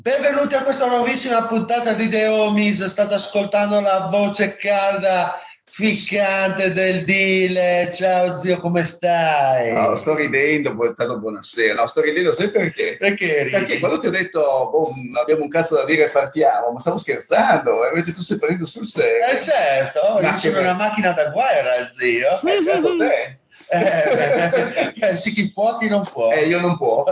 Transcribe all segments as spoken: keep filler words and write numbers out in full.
Benvenuti a questa nuovissima puntata di The Homies. State ascoltando la voce calda, ficcante del dealer. Ciao zio, come stai? No, sto ridendo, bu- tanto buonasera. No, sto ridendo sai perché? Perché ridi? Perché quando ti ho detto, boh, abbiamo un cazzo da dire e partiamo, ma stavo scherzando, e invece tu sei prendendo sul serio. Eh certo, Ma io che sono bello. una macchina da guerra, zio. Eh, certo te. Eh, beh, sì, chi può, chi non può. Eh, io non può.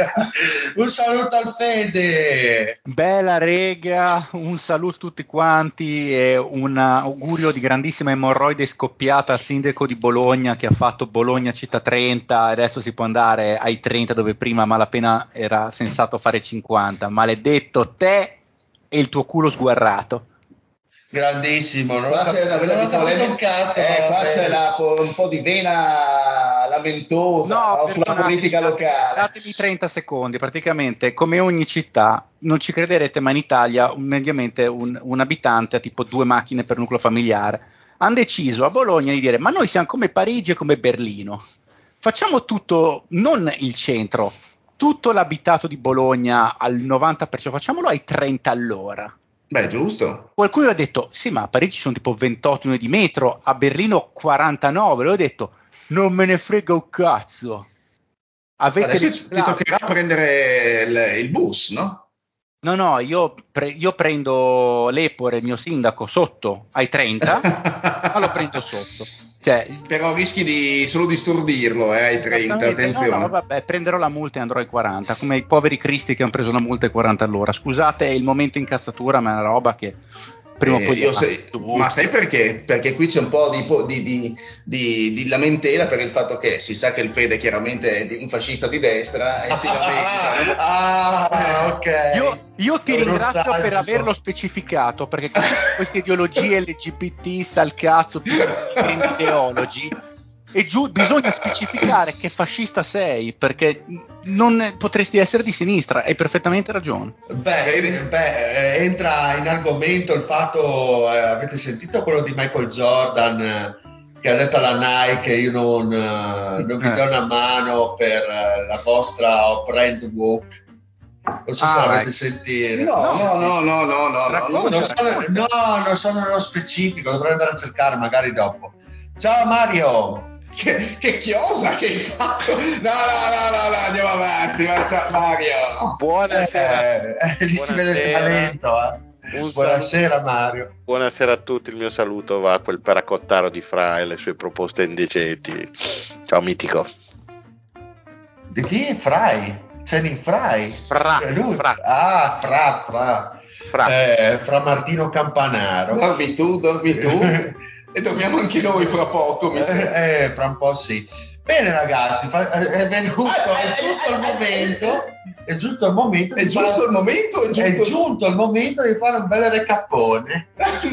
Un saluto al Fede. Bella rega, un saluto a tutti quanti e un augurio di grandissima emorroide scoppiata al sindaco di Bologna che ha fatto Bologna Città trenta, adesso si può andare ai trenta dove prima a malapena era sensato fare cinquanta. Maledetto te e il tuo culo sguarrato. Grandissimo, non Qua ho, c'è cap- una vena non di ho capito polemica. un cazzo. Eh, qua Fede. c'è la- un po' di vena lamentosa, no, sulla perdonatemi, politica datemi- locale. Datemi trenta secondi, praticamente come ogni città, non ci crederete, ma in Italia un- mediamente un, un abitante ha tipo due macchine per nucleo familiare. Hanno deciso a Bologna di dire, ma noi siamo come Parigi e come Berlino, facciamo tutto, non il centro, tutto l'abitato di Bologna al novanta per cento, facciamolo ai trenta all'ora. Beh, giusto. Qualcuno ha detto, sì, ma a Parigi sono tipo ventotto minuti di metro, a Berlino quarantanove, e ho detto, non me ne frega un cazzo. Avete Adesso ti riciclato. toccherà prendere il, il bus, no? No, no, io, pre- io prendo l'Epore, il mio sindaco, sotto ai trenta, ma lo prendo sotto. Cioè, Però rischi di solo di stordirlo, eh, ai trenta, esattamente, no, attenzione. no, vabbè, prenderò la multa e andrò ai quaranta, come i poveri cristi che hanno preso la multa ai quaranta all'ora. Scusate, è il momento incazzatura, ma è una roba che prima o Eh, poi io dirà, sai- tu. ma sai perché? Perché qui c'è un po' di, po- di- di- di- di lamentela per il fatto che si sa che il Fede chiaramente è di- un fascista di destra e si lamenta. Ah, ok. Io, io ti È ringrazio per nostalgico. averlo specificato, perché con tutte queste ideologie L G B T, sal cazzo, green ideology, è giu- bisogna specificare che fascista sei, perché non potresti essere di sinistra, hai perfettamente ragione. Beh, beh, eh, entra in argomento il fatto, eh, avete sentito quello di Michael Jordan eh, che ha detto alla Nike io non, eh, non vi do una mano per eh, la vostra brand woke. Non so se Ah, l'avete ecco. sentito. No, no, No. no, no, no, no, no, Racconta, Non so, racconta. no, non so nello specifico, dovrei andare a cercare magari dopo. Ciao Mario! Che, che chiosa che hai fatto? No, no, no, no, no, andiamo avanti, ma ciao, Mario. Buonasera, Eh, eh, lì si vede il buonasera. talento, eh. Un Buonasera saluto. Mario. Buonasera a tutti, il mio saluto va a quel paracottaro di Fra e le sue proposte indecenti. Ciao mitico. Di chi? Fry? Channing Fry? Fra, È lui? Fra. Ah, Fra, Fra. Fra. Eh, Fra Martino Campanaro. Dormi tu, dormi tu. E dormiamo anche noi fra poco, mi sa. Eh, eh, fra un po' sì. Bene ragazzi, fa- è è venuto, Ah, è eh, giunto il eh, momento, è giunto il momento È di giusto fare- il momento? È è giunto, giunto il momento di fare un bel recapone.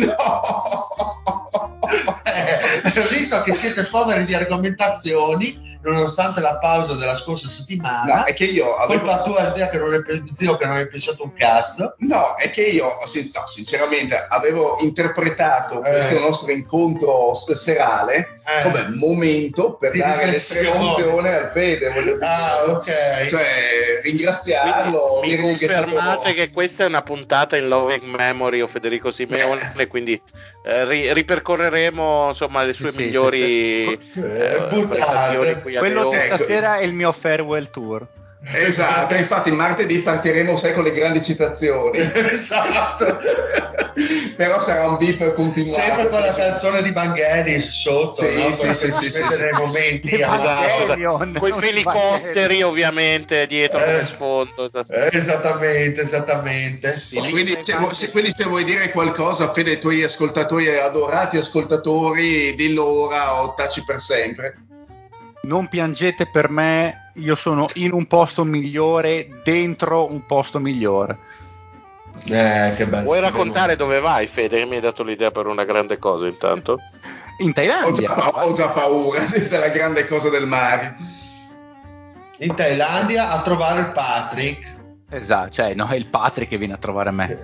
No! Eh, visto che siete poveri di argomentazioni, nonostante la pausa della scorsa settimana, No, è che io avevo... colpa tua zia che non è, zio che non hai pensato un cazzo. No, è che io, sin- no, sinceramente, avevo interpretato Eh. questo nostro incontro serale Eh. come momento per Di dare riflessione. l'estrema al Fede, voglio dire. Ah, ok. Cioè, Quindi ringraziarlo, mi dirgli che è stato- confermate che questa è una puntata in loving memory of Federico Simeone, quindi eh, ri- ripercorreremo insomma le sue Sì, sì, migliori Eh, eh, buttate. prestazioni qui a Quello di Leone. Ecco. stasera è il mio farewell tour. Esatto, infatti martedì partiremo, sai, con le grandi citazioni. Esatto. Però sarà un beep continuato. Sempre con la canzone di Vangelis sotto, Sì, no? sì, Quella sì, che sì, si sì, vede sì. nei momenti. Di alla- Evangelion, Con i non felicotteri ovviamente dietro Eh. come sfondo. Eh, esattamente, esattamente. Sì, lì Quindi c'è se, anche- vuoi, se- quindi se vuoi dire qualcosa, Fede, ai tuoi ascoltatori, adorati ascoltatori, dillo ora o taci per sempre. Non piangete per me, io sono in un posto migliore, dentro un posto migliore. Eh, che bello. Vuoi raccontare dove vai, Fede? Che mi hai dato l'idea per una grande cosa intanto. In Ho Thailandia. già, pa- ho già paura della grande cosa del mare. In Thailandia a trovare il Patrick. Esatto, cioè no, è il Patrick che viene a trovare me.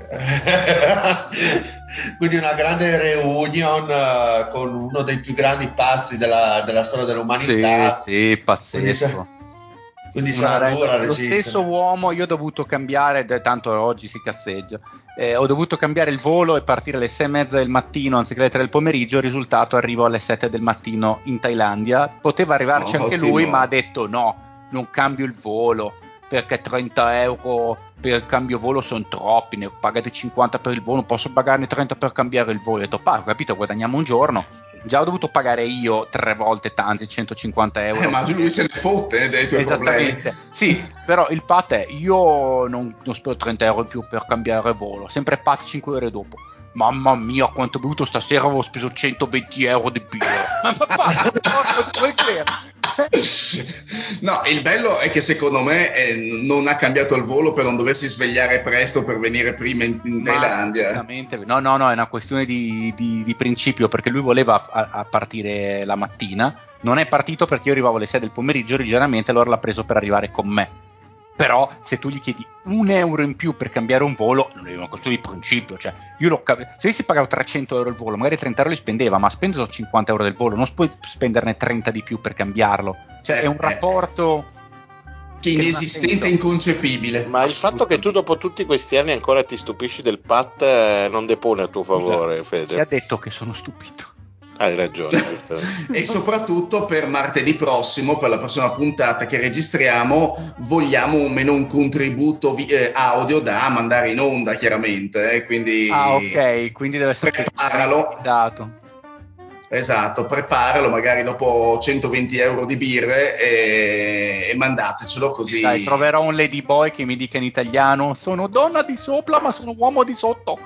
Quindi una grande reunion eh, con uno dei più grandi pazzi della, della storia Sì, dell'umanità. sì, Quindi se- pazzesco. Quindi Una sarà regola. dura a Lo resistere. stesso uomo, io ho dovuto cambiare, d- tanto oggi si cazzeggia, eh, ho dovuto cambiare il volo e partire alle sei e mezza del mattino anziché alle tre del pomeriggio. Il risultato, arrivo alle sette del mattino in Thailandia. Poteva arrivarci Oh, anche ottimo. lui, ma ha detto no, non cambio il volo perché trenta euro per il cambio volo sono troppi, ne pagate cinquanta per il volo, posso pagarne trenta per cambiare il volo. Ho detto, pa, ho capito, guadagniamo un giorno. Già ho dovuto pagare io tre volte tanti centocinquanta euro. Eh, ma lui se ne fotte eh, dei tuoi problemi. Esattamente, sì, però il Pat è, io non, non spero trenta euro in più per cambiare volo, sempre Pat cinque ore dopo. Mamma mia, quanto ho bevuto stasera, avevo speso centoventi euro di birra. Ma Pat, vuoi credere? No, il bello è che secondo me eh, non ha cambiato il volo per non doversi svegliare presto per venire prima in, in Ma Thailandia. assolutamente, no, no, no, è una questione di, di, di principio, perché lui voleva a, a partire la mattina, non è partito perché io arrivavo alle sei del pomeriggio originariamente, allora l'ha preso per arrivare con me. Però se tu gli chiedi un euro in più per cambiare un volo, non è una questione di principio, cioè io lo cav- se avessi pagato trecento euro il volo, magari trenta euro li spendeva, ma spendo cinquanta euro del volo, non puoi spenderne trenta di più per cambiarlo, cioè è un rapporto che inesistente, inconcepibile. Ma il fatto che tu dopo tutti questi anni ancora ti stupisci del Pat eh, non depone a tuo favore. Scusa, Fede. chi ha detto che sono stupito? Hai ragione. E soprattutto per martedì prossimo, per la prossima puntata che registriamo, vogliamo un meno un contributo vi- eh, audio da mandare in onda, chiaramente. Eh, quindi Ah, ok, quindi deve essere preparalo. dato. Esatto, preparalo magari dopo centoventi euro di birre e, e mandatecelo così. Dai, troverò un ladyboy che mi dica in italiano: sono donna di sopra ma sono uomo di sotto.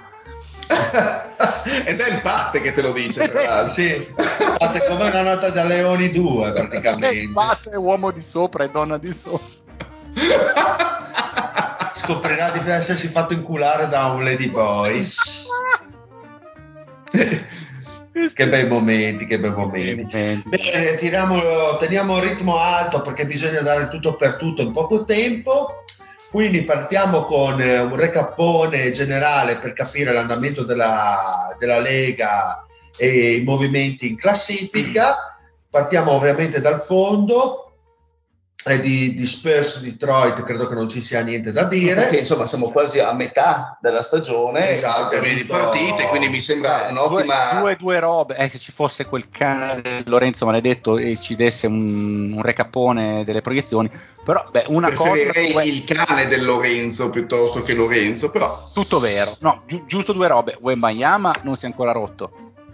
Ed è il Pat che te lo dice, tra l'altro. Sì, fate come una nota da Leoni due praticamente. Pat è uomo di sopra e donna di sotto. Scoprirà di essersi fatto inculare da un ladyboy. Che bei momenti, che bei momenti. Bene, tiriamo, teniamo il ritmo alto perché bisogna dare tutto per tutto in poco tempo. Quindi partiamo con un recappone generale per capire l'andamento della, della Lega e i movimenti in classifica. Partiamo ovviamente dal fondo. E di, di Spurs Detroit credo che non ci sia niente da dire, perché insomma siamo quasi a metà della stagione, esatto, di partite, quindi mi sembra eh, un'ottima due, due, due robe. Eh, se ci fosse quel cane di Lorenzo maledetto e ci desse un, un recappone delle proiezioni, però beh, una preferirei cosa, il cane del Lorenzo piuttosto che Lorenzo, però tutto vero, no, gi- giusto due robe. Wembanyama non si è ancora rotto,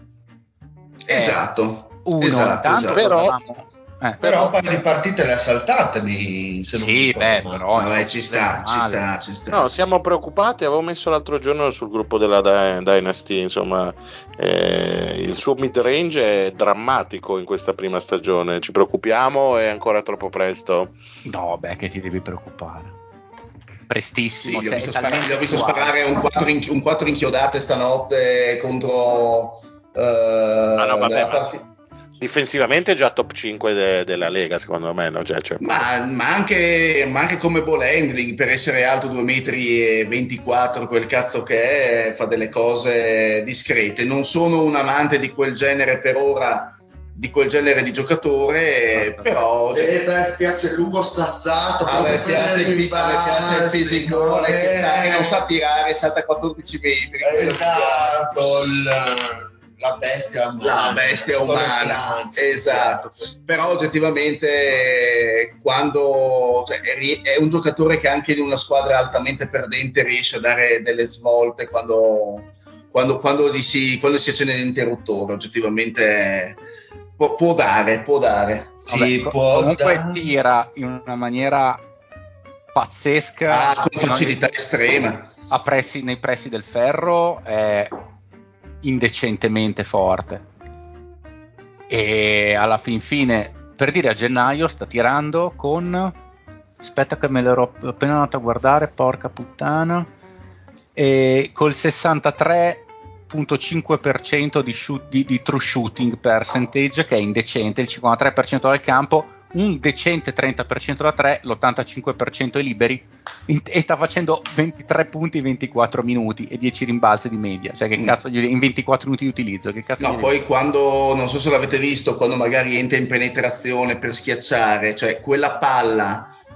esatto, eh, uno, esatto, intanto esatto. Però, dovevamo, eh. però un paio di partite le ha saltate, mi, se non Sì, mi ricordo beh, male. però Vabbè, ci sta, ci male. sta, ci sta. no, siamo preoccupati. Avevo messo l'altro giorno sul gruppo della Dy- Dynasty, insomma, eh, il suo mid range è drammatico in questa prima stagione. Ci preoccupiamo, è ancora troppo presto? No, beh, che ti devi preoccupare. Prestissimo, Sì, gli ho cioè, visto, è sparare, talmente gli ho visto più alto. sparare un quattro, in, un quattro inchiodate stanotte contro eh, Ah, no, vabbè, nella ma partita. difensivamente è già top cinque de- della Lega, secondo me, no? Cioè, cioè, Ma, ma, anche, ma anche come ball handling, per essere alto due metri e ventiquattro, quel cazzo che è, fa delle cose discrete. Non sono un amante di quel genere per ora, di quel genere di giocatore, però E te piace il lungo stazzato, a me proprio piace, per il, le fi- a me piace il rimbalzi, fisicone no? che, sa, Eh, che non sa tirare, salta quattordici metri. esatto, il- la bestia umana, La bestia umana, esatto. Però oggettivamente quando cioè, è, è un giocatore che anche in una squadra altamente perdente riesce a dare delle svolte quando, quando, quando, gli si, quando si accende l'interruttore, oggettivamente può, può dare, può dare. Sì, Vabbè, può comunque da- tira in una maniera pazzesca, Ah, con facilità estrema. a pressi, nei pressi del ferro è indecentemente forte, e alla fin fine, per dire, a gennaio sta tirando con, aspetta che me l'ero appena andato a guardare, porca puttana, e col sessantatré virgola cinque per cento di, shoot, di, di true shooting percentage, che è indecente, il cinquantatré per cento dal campo, un decente trenta per cento da tre, l'ottantacinque per cento è liberi, in, e sta facendo ventitré punti in ventiquattro minuti e dieci rimbalzi di media, cioè che cazzo gli, in ventiquattro minuti di utilizzo, che cazzo No, gli poi dico? quando, non so se l'avete visto, quando magari entra in penetrazione per schiacciare, cioè quella palla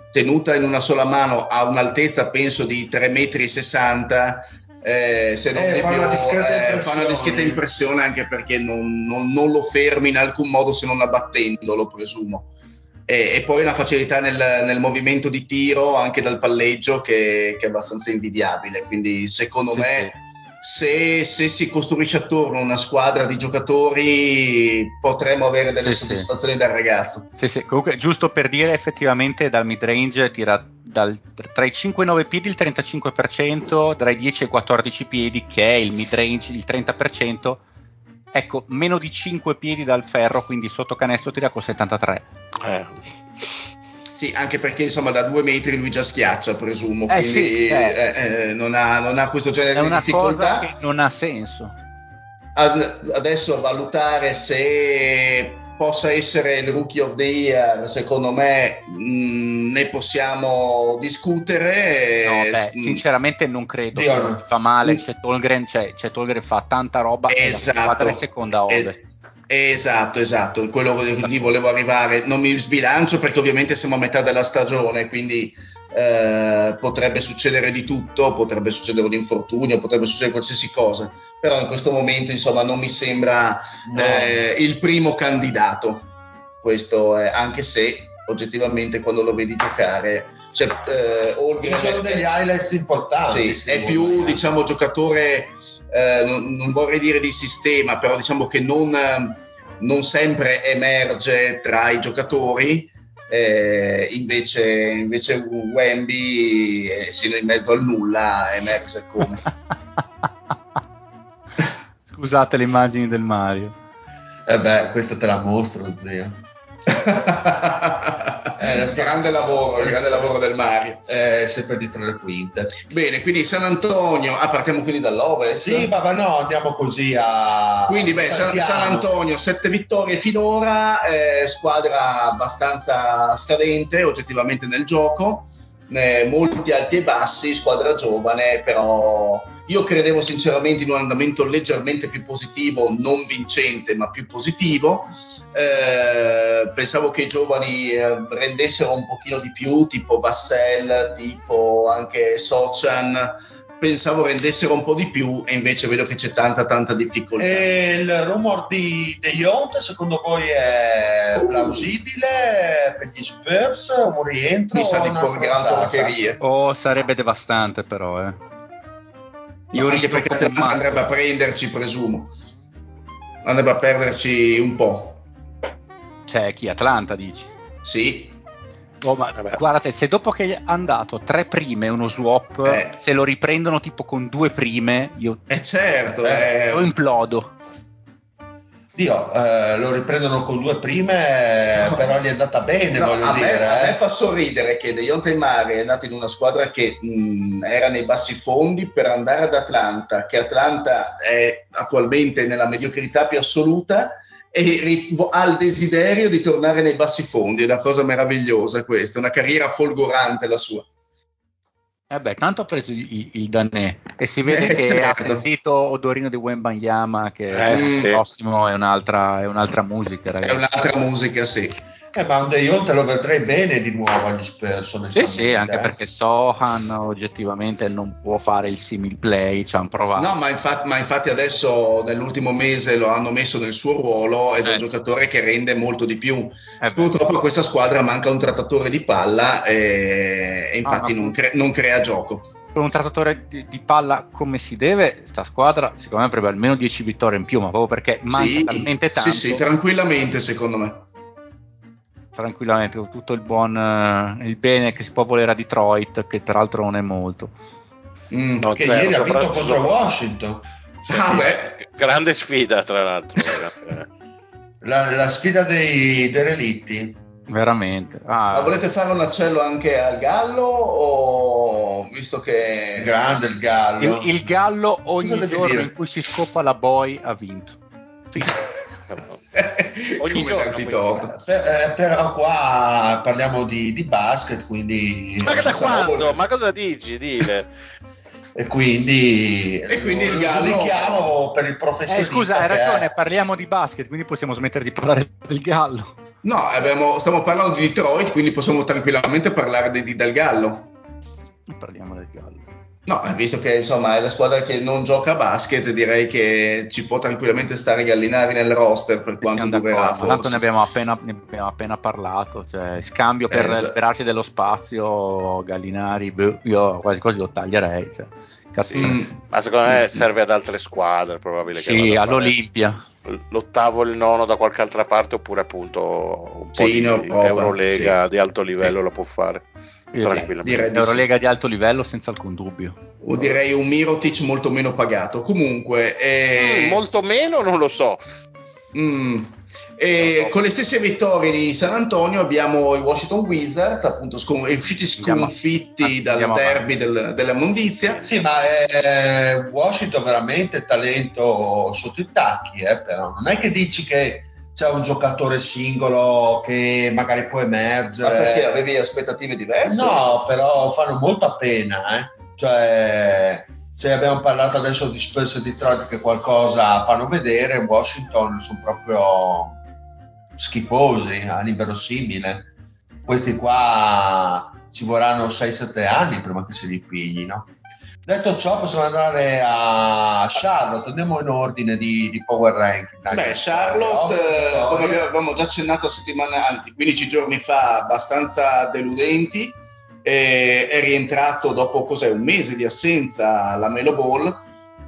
tenuta in una sola mano a un'altezza penso di tre virgola sessanta metri, eh, se non eh, di fa, più, una discreta eh, fa una discreta impressione, anche perché non, non, non lo fermi in alcun modo se non abbattendolo, presumo. E, e poi una facilità nel, nel movimento di tiro anche dal palleggio che, che è abbastanza invidiabile, quindi secondo sì, me sì. Se, se si costruisce attorno una squadra di giocatori potremo avere delle sì, soddisfazioni sì. dal ragazzo. Sì, sì. Comunque, giusto per dire, effettivamente dal mid-range tira dal, tra i cinque e i nove piedi il trentacinque per cento, tra i dieci e i quattordici piedi, che è il mid-range, il trenta per cento. Ecco, meno di cinque piedi dal ferro, quindi sotto canestro tira con settantatré. Eh. Sì, anche perché insomma da due metri lui già schiaccia, presumo, Eh, quindi sì, eh. eh, eh, non, ha, non ha questo genere È di una difficoltà. cosa che non ha senso. Adesso valutare se possa essere il Rookie of the Year, secondo me mh, ne possiamo discutere. No, beh, sinceramente non credo Dio, che non si fa male. Mm. C'è Tolgren, c'è, c'è Tolgren fa tanta roba, Esatto. e la squadra è seconda a ovest. Esatto, esatto, quello che lì volevo arrivare. Non mi sbilancio perché ovviamente siamo a metà della stagione, quindi eh, potrebbe succedere di tutto, potrebbe succedere un infortunio, potrebbe succedere qualsiasi cosa, però in questo momento insomma non mi sembra no. eh, il primo candidato, questo è, anche se oggettivamente quando lo vedi giocare c'è, eh, ci sono degli highlights importanti. Sì, è più diciamo giocatore, eh, non, non vorrei dire di sistema, però diciamo che non, non sempre emerge tra i giocatori, eh, invece, invece Wemby, eh, sino in mezzo al nulla, emerge come. Scusate le immagini del Mario. Eh beh, questa te la mostro, zio. Eh, grande lavoro, il grande lavoro del Mario. Eh, sempre dietro le quinte. Bene, quindi San Antonio, ah, partiamo quindi dall'Ovest? Sì, ma, ma no, andiamo così a... Quindi beh, San, San Antonio, sette vittorie finora, eh, squadra abbastanza scadente oggettivamente nel gioco, eh, molti alti e bassi, squadra giovane, però io credevo sinceramente in un andamento leggermente più positivo, non vincente ma più positivo. Eh, pensavo che i giovani eh, rendessero un pochino di più, tipo Vassell, tipo anche Sochan, pensavo rendessero un po' di più e invece vedo che c'è tanta tanta difficoltà. E il rumor di De Jong secondo voi è plausibile per gli Spurs? Un rientro? Mi sa di una por- gran porcherie. Oh, sarebbe devastante però, eh. Io No, anche rido perché come un Atlanta andrebbe a matto. prenderci, presumo. Andrebbe a perderci un po'. Cioè, chi? Atlanta, dici? Sì. Oh, ma guardate, se dopo che è andato tre prime e uno swap, Eh. se lo riprendono tipo con due prime, io Eh certo, Eh. io eh. implodo. Dio, eh, lo riprendono con due prime, No. però gli è andata bene, No, voglio a, me, dire. a eh. me fa sorridere che Dejounte Murray è andato in una squadra che mh, era nei bassi fondi per andare ad Atlanta, che Atlanta è attualmente nella mediocrità più assoluta e ri- ha il desiderio di tornare nei bassi fondi. È una cosa meravigliosa questa, una carriera folgorante la sua. Eh beh, tanto ha preso il, il Danè e si vede Eh, che certo. ha sentito odorino di Wembanyama, che Eh, il sì. prossimo è un'altra, è un'altra musica, ragazzi. È un'altra musica, sì. Eh, ma un De Jong te lo vedrei bene di nuovo agli Spurs. Sì, sì, anche eh. perché Sohan oggettivamente non può fare il simil play, ci hanno provato. No, ma infatti, ma infatti adesso nell'ultimo mese lo hanno messo nel suo ruolo ed è Eh. un giocatore che rende molto di più. Eh beh. Purtroppo a questa squadra manca un trattatore di palla e, e infatti Ah, no. non, cre- non crea gioco. Con un trattatore di, di palla come si deve, sta squadra secondo me avrebbe almeno dieci vittorie in più, ma proprio perché manca Sì, talmente tanto. sì, sì, tranquillamente secondo me. Tranquillamente, con tutto il buon eh, il bene che si può volere a Detroit, che peraltro non è molto. Mm. No, Che zero, ieri ha sopra- vinto contro sopra- Washington. Ah, beh. Grande sfida, tra l'altro. La, la sfida dei, dei relitti. Veramente. Ah, Ma volete fare un accello anche al Gallo o visto che Grande il Gallo. il, il Gallo ogni Cosa devi giorno dire? in cui si scopa la boy ha vinto. Ogni come giorno, darti quindi. torto. Per- eh, però qua parliamo di, di basket, quindi Ma da Sarà quando? molto. Ma cosa dici? Dile. e quindi, E quindi lo, il lo Gallo- giudichiamo per il Eh, professionista scusa, hai che ragione, è. parliamo di basket, quindi possiamo smettere di parlare del Gallo. No, abbiamo, stiamo parlando di Detroit, quindi possiamo tranquillamente parlare di, di Del Gallo. Parliamo del Gallo. No, visto che insomma è la squadra che non gioca a basket, direi che ci può tranquillamente stare Gallinari nel roster per quanto durerà, ma tanto forse. ne abbiamo appena, ne abbiamo appena parlato, cioè scambio per Esatto. liberarci dello spazio, Gallinari, beh, io quasi quasi lo taglierei, cioè, cazzo Mm. se ne- Ma secondo me Mm. serve ad altre squadre, è probabile che sì, vada a fare all'Olimpia. l'ottavo e il nono da qualche altra parte, oppure appunto un po' Sì, di in Europa, Eurolega sì. di alto livello Sì. lo può fare Io tranquillamente. direi di Eurolega sì. di alto livello senza alcun dubbio. O direi un Mirotic molto meno pagato. Comunque, eh... Mm, molto meno non lo so. Mm. E con le stesse vittorie di San Antonio abbiamo i Washington Wizards, appunto scon- usciti sconfitti Andiamo- dal andiamo derby del, della mondizia. Sì, ma eh, Washington veramente talento sotto i tacchi, eh, però non è che dici che c'è un giocatore singolo che magari può emergere. Ma perché avevi aspettative diverse? No, però fanno molta pena, eh. Cioè, se abbiamo parlato adesso di Spurs e Detroit che qualcosa fanno vedere, Washington sono proprio schifosi, all'inverosimile. Questi qua ci vorranno sei sette anni prima che si ripiglino. Detto ciò, possiamo andare a Charlotte, andiamo in ordine di, di power ranking. Dai. Beh, Charlotte, eh, come avevamo già accennato a settimana, anzi quindici giorni fa, abbastanza deludenti, eh, è rientrato dopo cos'è, un mese di assenza alla Melo Ball,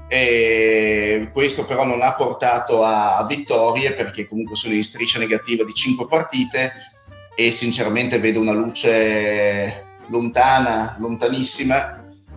e questo però non ha portato a, a vittorie, perché comunque sono in striscia negativa di cinque partite e sinceramente vedo una luce lontana, lontanissima,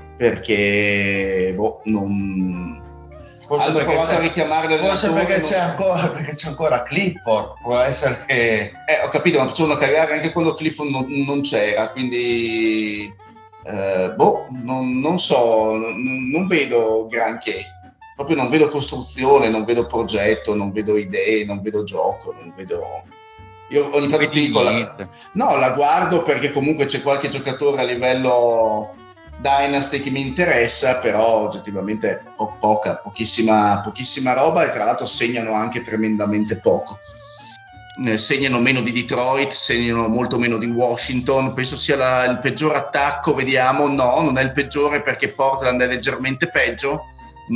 perché boh, non... Forse hanno provato c'è, a richiamare forse perché non... c'è, ancora, perché c'è ancora Clifford, può essere che eh, ho capito, ma facevano cagare anche quando Clifford non, non c'era, quindi eh, boh, non, non so, non, non vedo granché, proprio non vedo costruzione, non vedo progetto, non vedo idee, non vedo gioco, non vedo... Io ogni tanto ti dico, la... no, la guardo perché comunque c'è qualche giocatore a livello Dynasty che mi interessa, però oggettivamente po- poca, pochissima, pochissima roba, e tra l'altro segnano anche tremendamente poco. Eh, segnano meno di Detroit, segnano molto meno di Washington, penso sia la, il peggior attacco, vediamo, no, non è il peggiore perché Portland è leggermente peggio,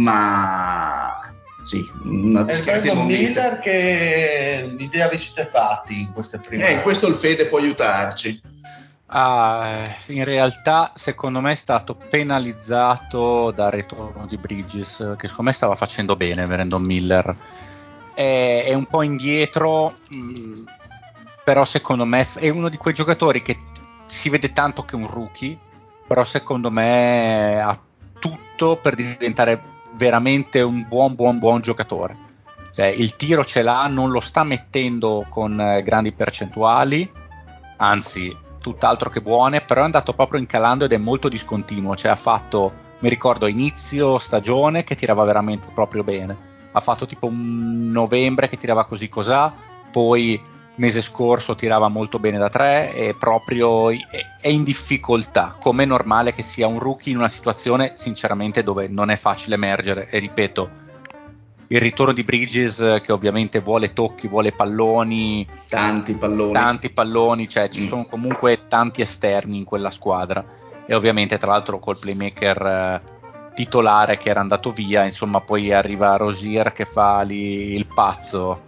ma sì, una discreta immondizia. Miller, che idea vi siete fatti in queste prime? Eh, in questo il Fede può aiutarci. Ah, in realtà secondo me è stato penalizzato dal ritorno di Bridges, che secondo me stava facendo bene Brandon Miller. È, è un po' indietro, mh, però secondo me è uno di quei giocatori che si vede tanto che è un rookie, però secondo me ha tutto per diventare veramente un buon buon buon giocatore. Cioè, il tiro ce l'ha, non lo sta mettendo con eh, grandi percentuali, anzi tutt'altro che buone, però è andato proprio incalando ed è molto discontinuo. Cioè, ha fatto, mi ricordo, inizio stagione che tirava veramente proprio bene, ha fatto tipo un novembre che tirava così cosà, poi mese scorso tirava molto bene da tre, e proprio è in difficoltà, come è normale che sia un rookie in una situazione sinceramente dove non è facile emergere. E ripeto, il ritorno di Bridges, che ovviamente vuole tocchi, vuole palloni, tanti palloni, tanti palloni, cioè ci mm. sono comunque tanti esterni in quella squadra, e ovviamente tra l'altro col playmaker eh, titolare che era andato via, insomma poi arriva Rozier che fa lì il pazzo,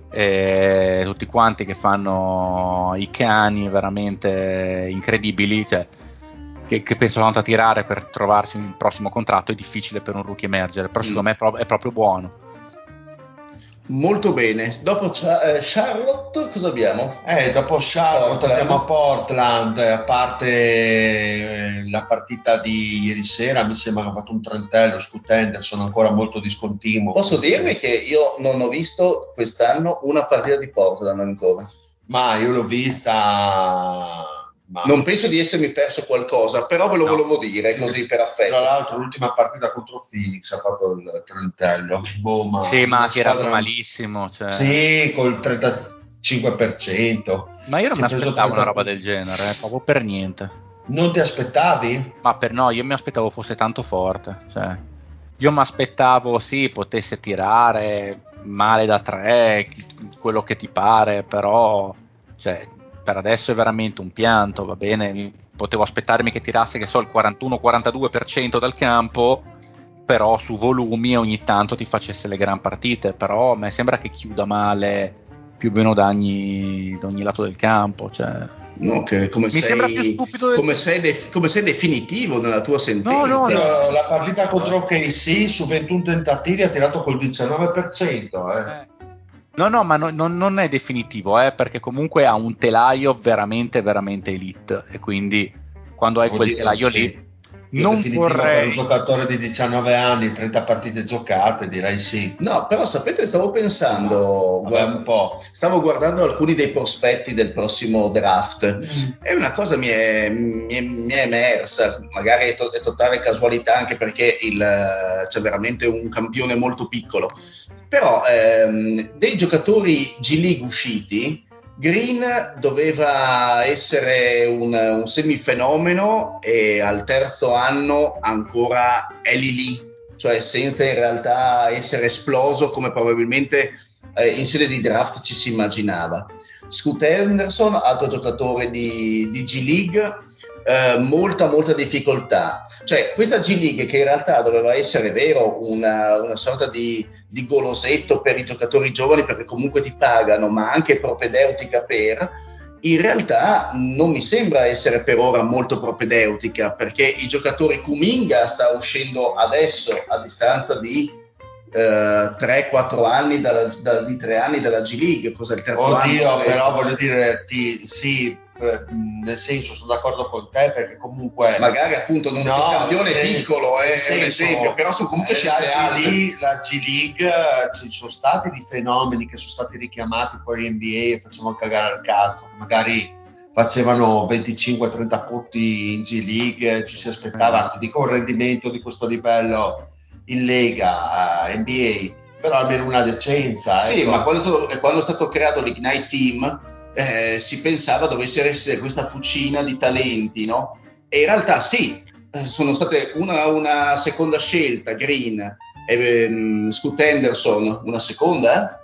e tutti quanti che fanno i cani veramente incredibili, cioè che, che penso vanno a tirare per trovarsi un prossimo contratto. È difficile per un rookie emergere, però secondo me è, pro- è proprio buono. Molto bene. Dopo eh, Charlotte cosa abbiamo? Eh, dopo Charlotte Portland. andiamo a Portland, a parte eh, la partita di ieri sera, mi sembra che ha fatto un trentello, Scoot Henderson ancora molto discontinuo. Posso dirvi che io non ho visto quest'anno una partita di Portland ancora. Ma io l'ho vista... Ma... non penso di essermi perso qualcosa, però ve lo no. volevo dire così per affetto. Tra l'altro l'ultima partita contro Phoenix ha fatto il trentello. Boh, ma sì, ma ha tirato squadra... malissimo. Cioè... Sì, col trentacinque per cento. Ma io non mi aspettavo trenta... una roba punti. del genere, eh, proprio per niente. Non ti aspettavi? Ma per no, io mi aspettavo fosse tanto forte. Cioè, io mi aspettavo sì, potesse tirare male da tre, quello che ti pare, però cioè per adesso è veramente un pianto, va bene, potevo aspettarmi che tirasse, che so, il quarantuno quarantadue per cento dal campo, però su volumi ogni tanto ti facesse le gran partite, però a me sembra che chiuda male più o meno da ogni, da ogni lato del campo, cioè, no, che come mi sei, sembra più stupido del... come, sei def- come sei definitivo nella tua sentenza. No, no, Sì, no. la partita contro O K C su ventuno tentativi ha tirato col diciannove per cento. Eh. Eh. No, no, ma no, non, non è definitivo, eh, perché comunque ha un telaio veramente, veramente elite, e quindi quando hai quel Oddio, telaio sì. lì Più non definitivo per un vorrei... giocatore di diciannove anni, trenta partite giocate, direi sì. No, però sapete, stavo pensando, Vabbè, guarda, un po'. stavo guardando alcuni dei prospetti del prossimo draft Mm. e una cosa mi è, mi è, mi è emersa, magari è, to- è totale casualità anche perché il, c'è veramente un campione molto piccolo, però ehm, dei giocatori G League usciti, Green doveva essere un, un semifenomeno e al terzo anno ancora è lì lì, cioè senza in realtà essere esploso come probabilmente eh, in sede di draft ci si immaginava. Scoot Henderson, altro giocatore di, di G League, eh, molta molta difficoltà, cioè questa G League che in realtà doveva essere vero una, una sorta di, di golosetto per i giocatori giovani perché comunque ti pagano, ma anche propedeutica per, in realtà non mi sembra essere per ora molto propedeutica, perché i giocatori Kuminga sta uscendo adesso a distanza di eh, tre quattro anni dalla, da, di tre anni dalla G League, cos'è il terzo Oddio, anno? però voglio dire, ti, sì, eh, nel senso sono d'accordo con te perché comunque magari appunto non no, un campione nel- piccolo nel è un senso, esempio, però sono comunque eh, la, scelte G alte. League, la G League eh, ci sono stati dei fenomeni che sono stati richiamati poi in N B A e facevano cagare al cazzo, magari facevano venticinque trenta punti in G League, ci si aspettava, ti dico, un rendimento di questo livello in Lega, eh, N B A, però almeno una decenza. Sì, ecco. ma quando è stato, quando è stato creato l'Ignite Team eh, si pensava dovesse essere questa fucina di talenti, no? E in realtà sì, eh, sono state una, una seconda scelta, Green, e um, Scoot Henderson, una seconda?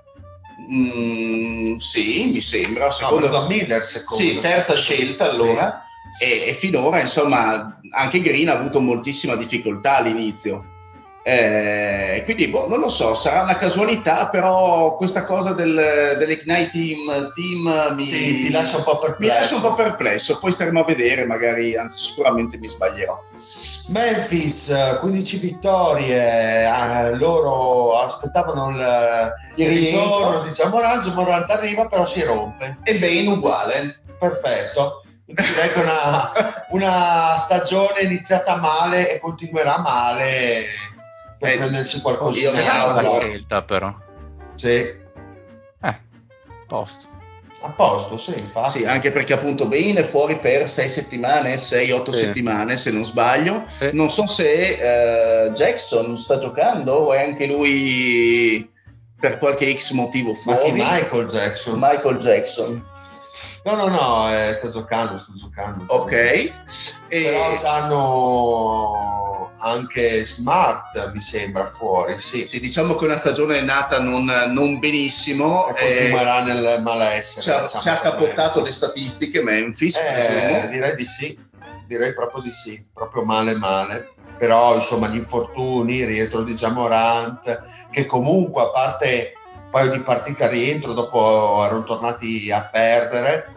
Mm, sì, mi sembra. Seconda, no, Miller seconda. Sì, terza scelta allora. Sì. E, e finora, insomma, anche Green ha avuto moltissima difficoltà all'inizio. Eh, quindi boh, non lo so, sarà una casualità, però questa cosa del, dell'Ignite Team, team mi, ti, ti lascia un po' perplesso. Mi lascia un po' perplesso, poi staremo a vedere, magari, anzi sicuramente mi sbaglierò. Memphis, quindici vittorie, eh, loro aspettavano il, il ritorno di Giamorant, Morant arriva però si rompe. E Bane uguale. Perfetto. Direi che una, una stagione iniziata male e continuerà male per eh, prendersi qualcosina. Io la scelta però. Sì. Eh, posto. A posto, sì, infatti. Sì, anche perché appunto Bane è fuori per sei settimane, sei otto sì. settimane se non sbaglio. Sì. Non so se uh, Jackson sta giocando o è anche lui per qualche X motivo fuori. Ma chi Michael Jackson? Michael Jackson. No, no, no, eh, sta giocando, sta giocando. Ok. E... Però c'hanno anche Smart, mi sembra, fuori, sì. Sì, diciamo che una stagione è nata non, non benissimo. E continuerà eh, nel malessere. Ci ha, diciamo, ci ha capottato le statistiche Memphis. Eh, direi di sì, direi proprio di sì, proprio male male. Però, insomma, gli infortuni, il rientro di Jamorant, che comunque, a parte un paio di partite a rientro, dopo erano tornati a perdere.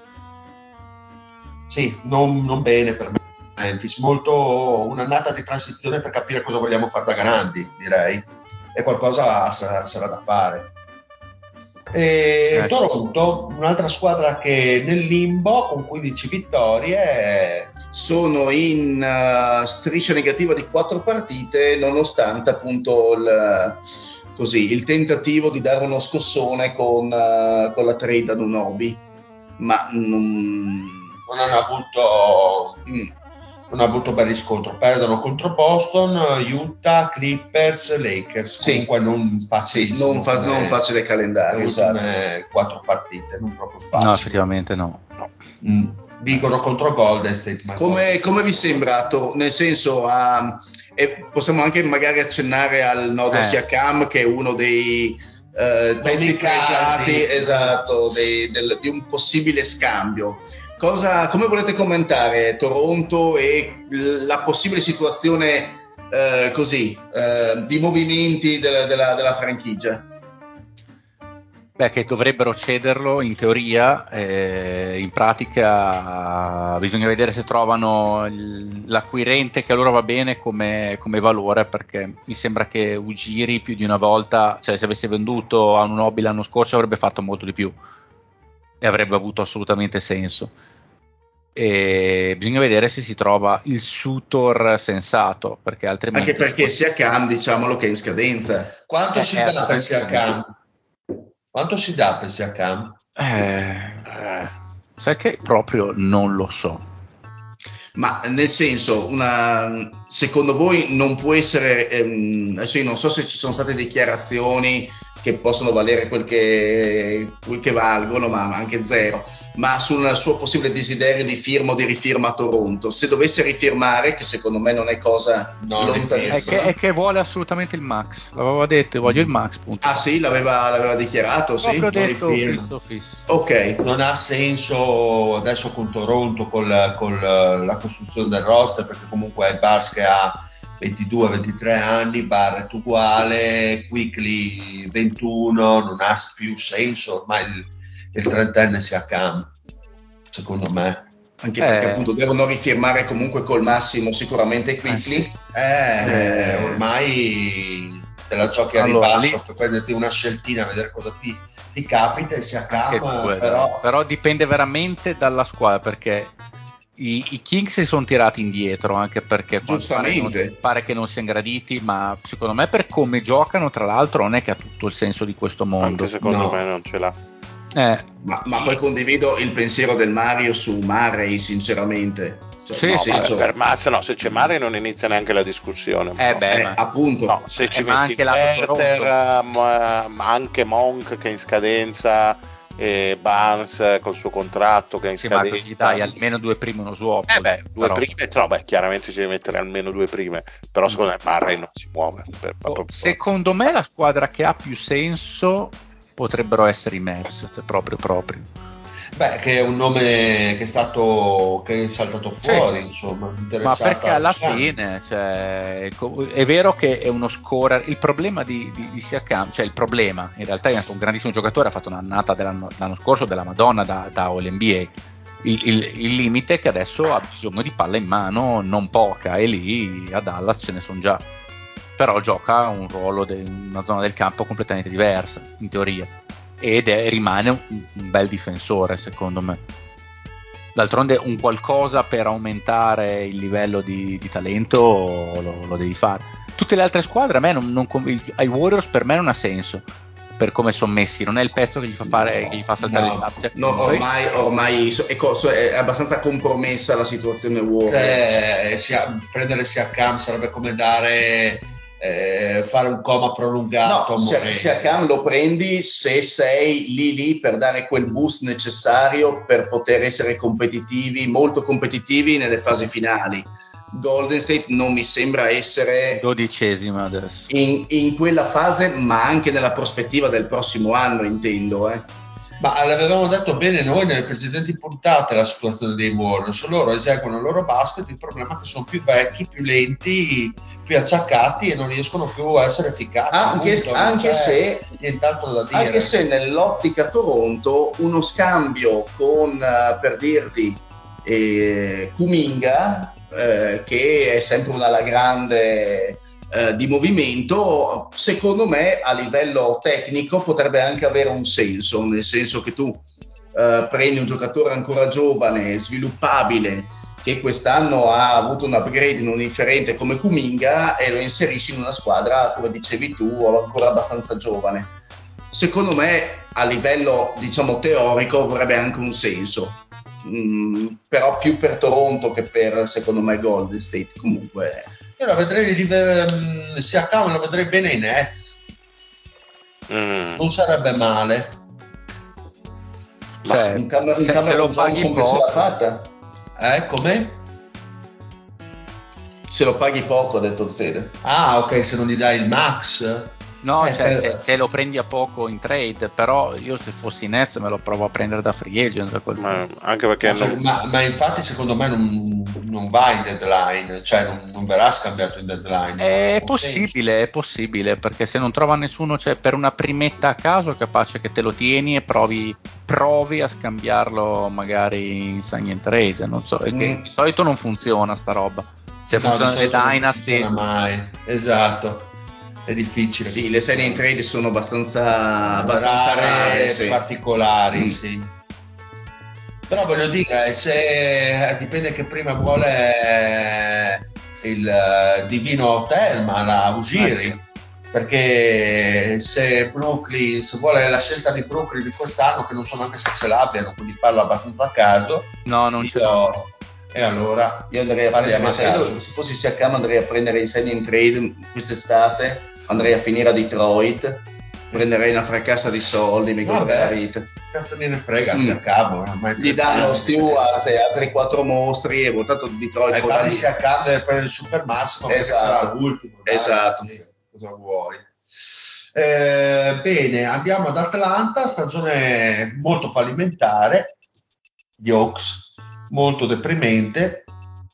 Sì, non, non bene per me Memphis, molto un'annata di transizione per capire cosa vogliamo fare da grandi, direi, e qualcosa sarà, sarà da fare. E eh, Toronto, un'altra squadra che nel limbo con quindici vittorie, sono in uh, striscia negativa di quattro partite nonostante appunto il, così, il tentativo di dare uno scossone con, uh, con la trade ad Anunoby, ma non, non hanno avuto mm, non ha avuto bel riscontro. Perdono contro Boston, Utah, Clippers, Lakers. Sì. Comunque non facile, sì, non, fa- non facile calendario. Le ultime esatto. quattro partite, non proprio facile. No, effettivamente no. Mm. Dicono contro Golden State. Come, come vi sembra? Nel senso, uh, e possiamo anche magari accennare al nodo eh. Siakam, che è uno dei eh, pezzi casi. pregiati, esatto, dei, del, di un possibile scambio. Cosa, come volete commentare Toronto e la possibile situazione eh, così eh, di movimenti della, della, della franchigia? Beh, che dovrebbero cederlo in teoria, eh, in pratica bisogna vedere se trovano il, l'acquirente che a loro va bene come, come valore, perché mi sembra che Ujiri più di una volta, cioè se avesse venduto a un Nobile l'anno scorso avrebbe fatto molto di più e avrebbe avuto assolutamente senso. E bisogna vedere se si trova il suitor sensato, perché altrimenti anche perché Siakam, diciamolo che è in scadenza. Quanto Eh, si eh, dà per assolutamente. Siakam? Quanto si dà per Siakam? Eh, eh, sai che proprio non lo so. Ma nel senso, una, secondo voi non può essere, ehm, adesso io non so se ci sono state dichiarazioni che possono valere quel che, quel che valgono, ma anche zero, ma sul suo possibile desiderio di firma o di rifirma a Toronto, se dovesse rifirmare, che secondo me non è cosa No, lontanissima. È che, è che vuole assolutamente il max, l'avevo detto, voglio il max, punto. Ah sì, l'aveva, l'aveva dichiarato, sì? Proprio non detto rifirma. fisso fisso. Ok. Non ha senso adesso con Toronto, con la, con la, la costruzione del roster, perché comunque è Bars che ha ventidue ventitré anni, Barrett uguale, Quickly ventuno, non ha più senso ormai il, il trentenne Siakam, secondo me. Anche perché Eh. appunto devono rifirmare comunque col massimo sicuramente Quickly. Eh, sì. Eh, Eh, ormai te la giochi a Allora, ribasso lì- per prenderti una sceltina, vedere cosa ti, ti capita e Anche Siakam, due, però... dai. Però dipende veramente dalla squadra, perché i, i Kings si sono tirati indietro, anche perché a quanto pare, non, Giustamente. pare che non siano graditi, ma secondo me per come giocano, tra l'altro, non è che ha tutto il senso di questo mondo. Anche secondo No. me non ce l'ha. Eh, Ma, ma poi condivido il pensiero del Mario su Murray, sinceramente. Cioè, Sì, nel sì. senso, Per Massa no, se c'è Mare non inizia neanche la discussione. eh no. beh, eh, ma, appunto, No, se eh, ci ma metti anche l'altro Werther, Toronto. ma, ma anche Monk che è in scadenza, e Barnes col suo contratto che è in Sì, ma gli scadenza. dai almeno due primi uno swap. Eh beh, due però. prime, no, beh, chiaramente si deve mettere almeno due prime, però secondo me Murray non si muove. Per, Oh, proprio- secondo me la squadra che ha più senso potrebbero essere i Mavs, cioè proprio proprio. Beh, che è un nome che è stato che è saltato fuori, Sì. insomma, Ma interessata perché alla a Siakam. fine, cioè, è vero che è uno scorer. Il problema di, di, di Siakam, cioè il problema, in realtà è un grandissimo giocatore, ha fatto un'annata dell'anno, l'anno scorso della Madonna da, da All N B A. Il, il, il limite è che adesso ha bisogno di palla in mano, non poca, e lì a Dallas ce ne sono già. Però gioca un ruolo in una zona del campo completamente diversa, in teoria, ed è, rimane un, un bel difensore, secondo me. D'altronde un qualcosa per aumentare il livello di, di talento lo, lo devi fare. Tutte le altre squadre a me non, non ai Warriors per me non ha senso per come sono messi, non è il pezzo che gli fa fare, No, che gli fa saltare no, il tappo. Cioè, no, ormai, ormai è, co- è abbastanza compromessa la situazione Warriors. cioè, sia, prendere Siakam sarebbe come dare eh, fare un coma prolungato No, a se, Moreno. se a Cam lo prendi se sei lì lì per dare quel boost necessario per poter essere competitivi, molto competitivi nelle fasi finali. Golden State non mi sembra essere dodicesima adesso. in, in quella fase, ma anche nella prospettiva del prossimo anno, intendo. Eh. Ma l'avevamo detto bene noi nelle precedenti puntate la situazione dei Warriors, loro eseguono il loro basket, il problema è che sono più vecchi, più lenti, più acciaccati e non riescono più a essere efficaci. Anche, punto, anche, se, nient'altro da dire. anche se nell'ottica Toronto uno scambio con, uh, per dirti, eh, Kuminga, eh, che è sempre un'ala grande eh, di movimento, secondo me a livello tecnico potrebbe anche avere un senso, nel senso che tu eh, prendi un giocatore ancora giovane, sviluppabile, che quest'anno ha avuto un upgrade non differente come Kuminga e lo inserisci in una squadra, come dicevi tu, ancora abbastanza giovane. Secondo me a livello, diciamo, teorico avrebbe anche un senso, mm, però più per Toronto che per, secondo me, Golden State. Comunque io la vedrei um, se a Cam lo vedrei bene in Nets, mm. non sarebbe male, cioè, un Cam- un se, se lo paghi Johnson che ce l'ha fatta. Eh, come? Se lo paghi poco, ha detto il Fede. Ah, ok, se non gli dai il max. No, Eh, cioè, per- se, se lo prendi a poco in trade, però io se fossi Nets me lo provo a prendere da free agent a quel Ma, punto. anche perché Ma, se- non, ma- ma infatti secondo me non, non va in deadline, cioè non, non verrà scambiato in deadline. È Ha possibile, è possibile, perché se non trova nessuno, cioè per una primetta a caso è capace che te lo tieni e provi, provi a scambiarlo magari in sign and trade, non so, è che Mm. di solito non funziona sta roba. Se No, funziona di nelle solito non Dynasty, funziona mai. Esatto, è difficile. Sì, le sign and trade sono abbastanza, abbastanza rare, rare, sì. particolari, Mm. sì. Però voglio dire, se dipende che prima vuole il eh, divino Thelma, la Ujiri, Eh sì. perché se Brooklyn, se vuole la scelta di Brooklyn di quest'anno, che non so neanche se ce l'abbiano, quindi parlo abbastanza a caso, no, non ce io- l'hanno. e allora Io andrei a parliamo prendere, a se, caso. io, se fossi Siakam andrei a prendere i sign and trade quest'estate, andrei a finire a Detroit, prenderei una fracassa di soldi, mi godrei la Vabbè, vita. cazzo gliene frega, Mm. si accavo, ormai Gli trenta danno anni. Stewart e altri quattro mostri e votato Detroit E può infatti dargli- si accade per il super massimo perché Esatto. sarà l'ultimo. dai, Esatto. sì, cosa vuoi? Eh, bene, andiamo ad Atlanta, stagione molto fallimentare, gli Hawks, molto deprimente,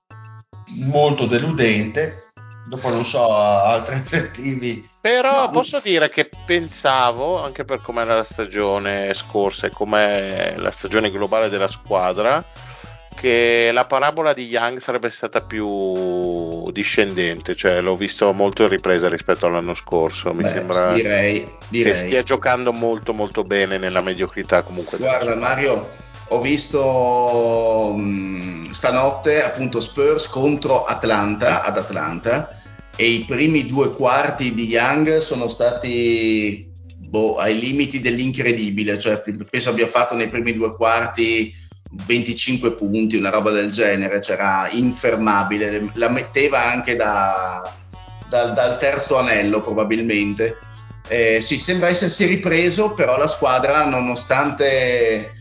molto deludente. Dopo non so, altri incentivi. Però No, posso dire che pensavo, anche per com'era la stagione scorsa e com'è la stagione globale della squadra, che la parabola di Young sarebbe stata più discendente, cioè l'ho visto molto in ripresa rispetto all'anno scorso. Mi beh, sembra direi, direi. che stia giocando molto molto bene nella mediocrità comunque della Guarda squadra. Mario, ho visto mh, stanotte appunto Spurs contro Atlanta ad Atlanta e i primi due quarti di Young sono stati boh, ai limiti dell'incredibile, cioè penso abbia fatto nei primi due quarti venticinque punti, una roba del genere, c'era infermabile, la metteva anche da, da, dal terzo anello probabilmente. Eh, sì, sembra essersi ripreso, però la squadra, nonostante, eh,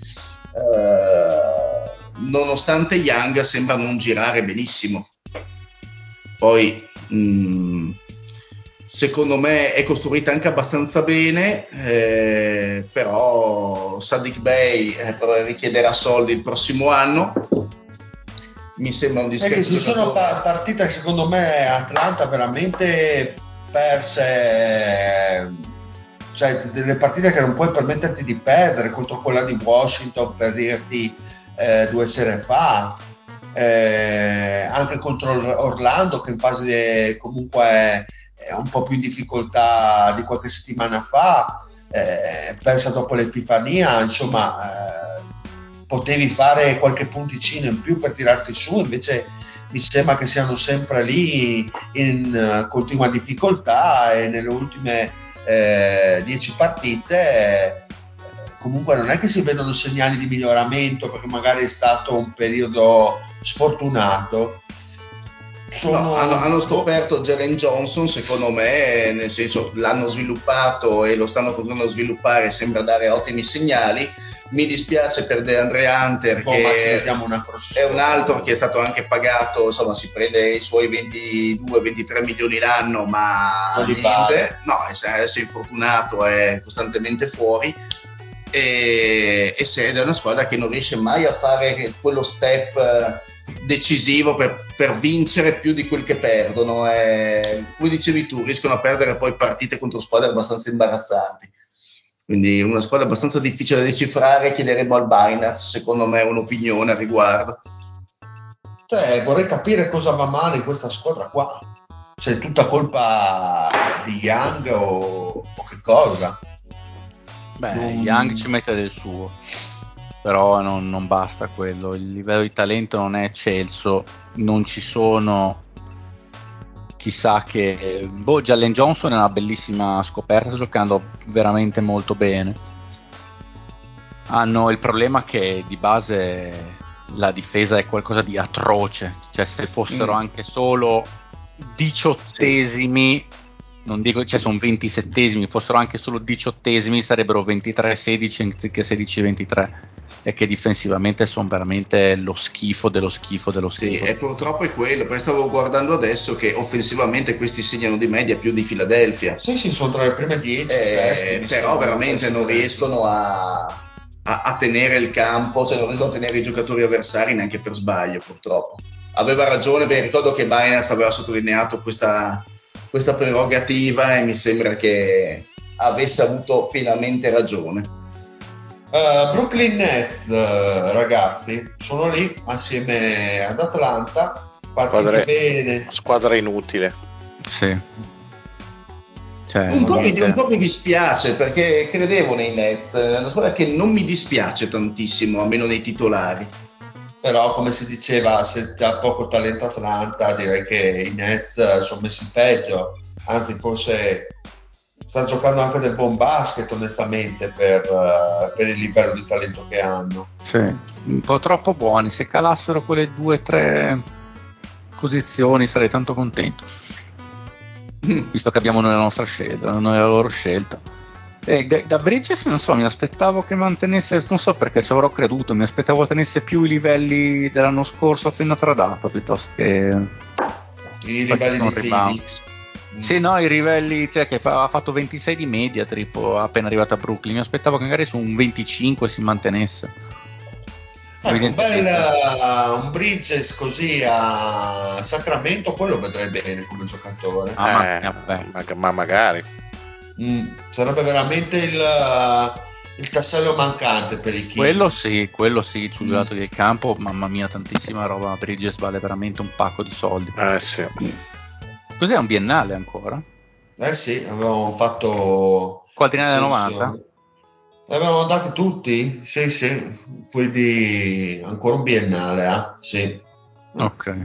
nonostante Young, sembra non girare benissimo. Poi, mh, secondo me, è costruita anche abbastanza bene, eh, però Sadiq Bey eh, richiederà soldi il prossimo anno. Mi sembra un È discreto che ci sono giocatore. pa- partite che secondo me Atlanta veramente perse, cioè delle partite che non puoi permetterti di perdere, contro quella di Washington per dirti eh, due sere fa, eh, anche contro Orlando che in fase comunque è un po' più in difficoltà di qualche settimana fa, eh, persa dopo l'Epifania, insomma eh, potevi fare qualche punticino in più per tirarti su, invece mi sembra che siano sempre lì in uh, continua difficoltà e nelle ultime eh, dieci partite eh, comunque non è che si vedono segnali di miglioramento perché magari è stato un periodo sfortunato. Sono... No, hanno, hanno scoperto Jalen Johnson, secondo me, nel senso l'hanno sviluppato e lo stanno continuando a sviluppare, sembra dare ottimi segnali. Mi dispiace per DeAndre Hunter, boh, che una è un altro che è stato anche pagato, insomma si prende i suoi ventidue ventitré milioni l'anno, ma non li niente, vale. no, adesso è infortunato, è costantemente fuori. E, e se è una squadra che non riesce mai a fare quello step decisivo per, per vincere più di quel che perdono, e, come dicevi tu, rischiano a perdere poi partite contro squadre abbastanza imbarazzanti, quindi una squadra abbastanza difficile da decifrare. Chiederemo al Binance secondo me un'opinione al riguardo. Cioè, vorrei capire cosa va male in questa squadra qua, se è tutta colpa di Young o, o che cosa. Beh, Non- Young ci mette del suo, però non, non basta quello. Il livello di talento non è eccelso, non ci sono chissà che. Boh, Jalen Johnson è una bellissima scoperta, sta giocando veramente molto bene. Hanno il problema che di base la difesa è qualcosa di atroce, cioè se fossero Mm. anche solo diciottesimi, non dico, cioè sono ventisettesimi, fossero anche solo diciottesimi sarebbero ventitré sedici anziché sedici ventitré, è che difensivamente sono veramente lo schifo dello schifo dello schifo. Sì, e purtroppo è quello, perché stavo guardando adesso che offensivamente questi segnano di media più di Philadelphia. Sì, sì, sono tra le prime dieci, eh, sesti, però veramente non riescono a, a, a tenere il campo, cioè non riescono a tenere i giocatori avversari neanche per sbaglio, purtroppo. Aveva ragione, perché ricordo che Binance aveva sottolineato questa, questa prerogativa e mi sembra che avesse avuto pienamente ragione. Uh, Brooklyn Nets, uh, ragazzi, sono lì assieme ad Atlanta, partite bene. Squadra inutile. Sì. Cioè, un, po mi, un po' mi dispiace, perché credevo nei Nets, è una squadra che non mi dispiace tantissimo, almeno nei titolari. Però, come si diceva, se ha poco talento Atlanta, direi che i Nets sono messi peggio, anzi forse sta giocando anche del buon basket, onestamente, per, uh, per il livello di talento che hanno. Sì, un po' troppo buoni. Se calassero quelle due o tre posizioni sarei tanto contento, visto che abbiamo noi la nostra scelta, noi la loro scelta. E da, da Bridges non so, mi aspettavo che mantenesse, non so perché ci avrò creduto, mi aspettavo tenesse più i livelli dell'anno scorso appena tradato, piuttosto che i livelli di Phoenix. Sì, no, i livelli, cioè che fa, ha fatto ventisei di media tipo appena arrivato a Brooklyn. Mi aspettavo che magari su un venticinque si mantenesse. Ecco, un bel uh, un Bridges così a Sacramento, quello vedrei bene come giocatore. Ah, eh, ma, ma, ma magari mm, sarebbe veramente il, uh, il tassello mancante per i Kings. Quello sì, quello sì, sul mm. lato del campo, mamma mia, tantissima roba. Bridges vale veramente un pacco di soldi. Eh sì. Cos'è, un biennale ancora? Eh sì, avevamo fatto quadriennale novanta? L'avevamo andati tutti? Sì, sì, quindi ancora un biennale, eh? Sì. Ok.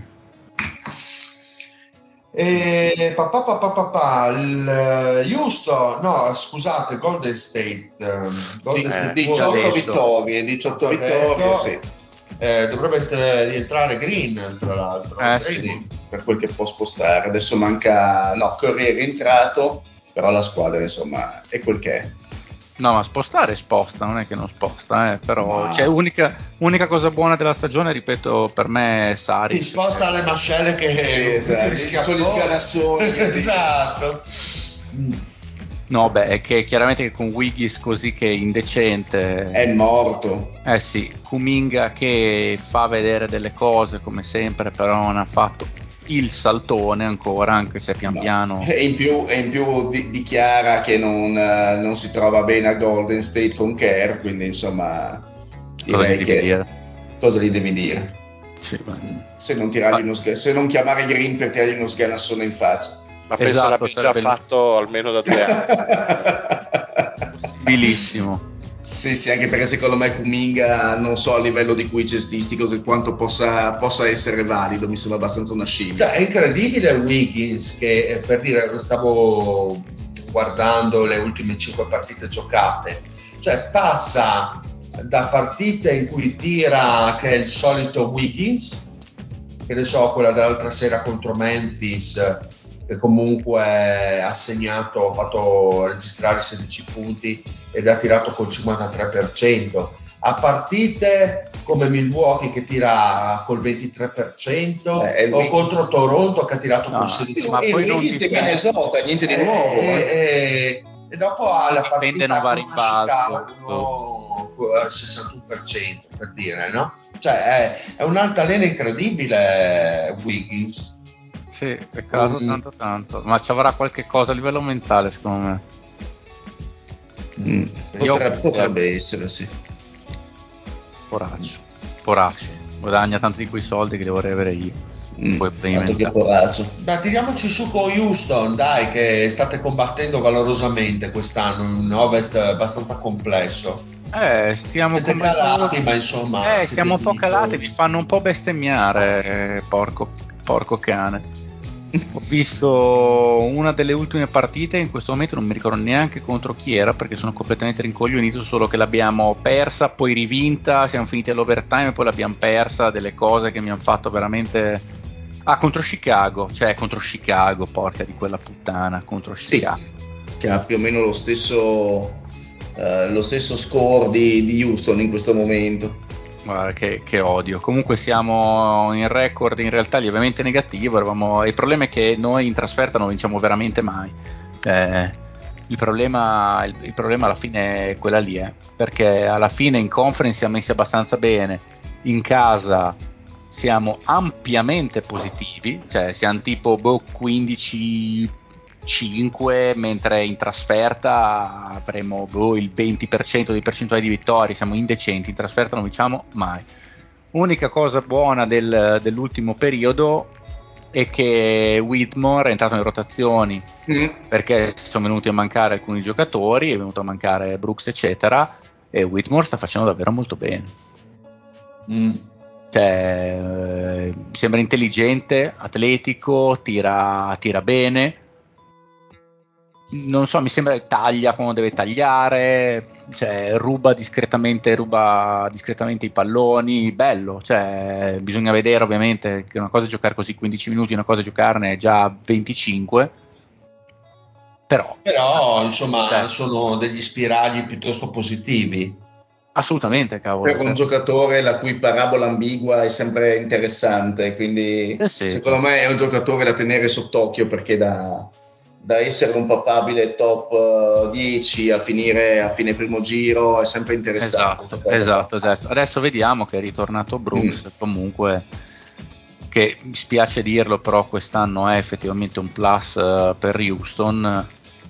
E papà papà papà il Houston, no scusate, Golden State, Golden eh, State diciotto vittorie, diciotto vittorie, sì. Eh, dovrebbe rientrare Green, tra l'altro. Eh, sì, per quel che può spostare. Adesso manca, no, Curry è rientrato, però la squadra insomma è quel che è. No, ma spostare sposta, non è che non sposta, eh, però ma... cioè, unica, unica cosa buona della stagione, ripeto, per me è Saric. Ti sposta le mascelle che sì, esatto, sono gli sganassoni. Esatto. No, beh, è che chiaramente che con Wiggins così che è indecente. È morto. Eh sì, Kuminga che fa vedere delle cose come sempre, però non ha fatto il saltone ancora, anche se pian no. piano. E in più, e in più di, dichiara che non, non si trova bene a Golden State con Kerr, quindi insomma direi cosa gli che devi dire? cosa gli devi dire? Sì, se non tirargli ah. uno sg- se non chiamare Green per tirargli uno sganassone in faccia. Ma penso esatto, l'abbia già fatto almeno da due anni. Bellissimo. Sì, sì, anche perché secondo me Kuminga, non so a livello di cui cestistico che quanto possa, possa essere valido, mi sembra abbastanza una scimmia. Cioè, è incredibile Wiggins che, per dire, stavo guardando le ultime cinque partite giocate, cioè passa da partite in cui tira che è il solito Wiggins, che ne so, quella dell'altra sera contro Memphis, che comunque ha segnato, ha fatto registrare sedici punti ed ha tirato col cinquantatré per cento, a partite come Milwaukee che tira col ventitré per cento eh, o contro Toronto che ha tirato no, col sedici per cento. Ma poi non ti che Minnesota, niente di nuovo. E, e, e dopo ha la partita non va contro Chicago al sessantuno per cento, per dire, no? Cioè è, è un'altalena incredibile Wiggins. Sì, è calato um, tanto tanto, ma ci avrà qualche cosa a livello mentale secondo me. Mm, potrebbe, potrebbe essere, sì. Poraccio, poraccio, guadagna tanti di quei soldi che li vorrei avere io. Mm, tanto che coraggio. Dai, tiriamoci su con Houston, dai, che state combattendo valorosamente quest'anno in un Ovest abbastanza complesso. Eh, stiamo siete calati, ma insomma eh, siamo un po' calati, mi fanno un po' bestemmiare, eh, porco, porco cane. Ho visto una delle ultime partite, in questo momento non mi ricordo neanche contro chi era perché sono completamente rincoglionito, solo che l'abbiamo persa, poi rivinta, siamo finiti all'overtime e poi l'abbiamo persa, delle cose che mi hanno fatto veramente... Ah, contro Chicago, cioè contro Chicago, porca di quella puttana, contro Chicago. Sì, che ha più o meno lo stesso, uh, lo stesso score di, di Houston in questo momento. Guarda che, che odio. Comunque siamo in record in realtà lievemente negativo. Eravamo... Il problema è che noi in trasferta non vinciamo veramente mai. Eh, il, problema, il, il problema alla fine è quella lì, eh, perché alla fine in conference siamo messi abbastanza bene. In casa siamo ampiamente positivi, cioè siamo tipo boh, quindici cinque, mentre in trasferta avremo boh, il venti per cento di percentuale di vittorie, siamo indecenti, in trasferta non vinciamo mai. Unica cosa buona del, dell'ultimo periodo è che Whitmore è entrato in rotazioni mm. perché sono venuti a mancare alcuni giocatori, è venuto a mancare Brooks eccetera, e Whitmore sta facendo davvero molto bene. Mm. Cioè, eh, sembra intelligente, atletico, tira, tira bene. Non so, mi sembra che taglia quando deve tagliare, cioè ruba discretamente, ruba discretamente i palloni, bello, cioè bisogna vedere ovviamente che una cosa è giocare così quindici minuti, una cosa è giocarne già venticinque, però però insomma cioè, sono degli spiragli piuttosto positivi. Assolutamente, cavolo. Per un cioè. giocatore la cui parabola ambigua è sempre interessante, quindi eh sì, secondo me è un giocatore da tenere sott'occhio, perché da, da essere un papabile top dieci a finire a fine primo giro è sempre interessante. Esatto, esatto adesso, adesso vediamo che è ritornato Brooks, mm. comunque, che mi spiace dirlo, però quest'anno è effettivamente un plus uh, per Houston.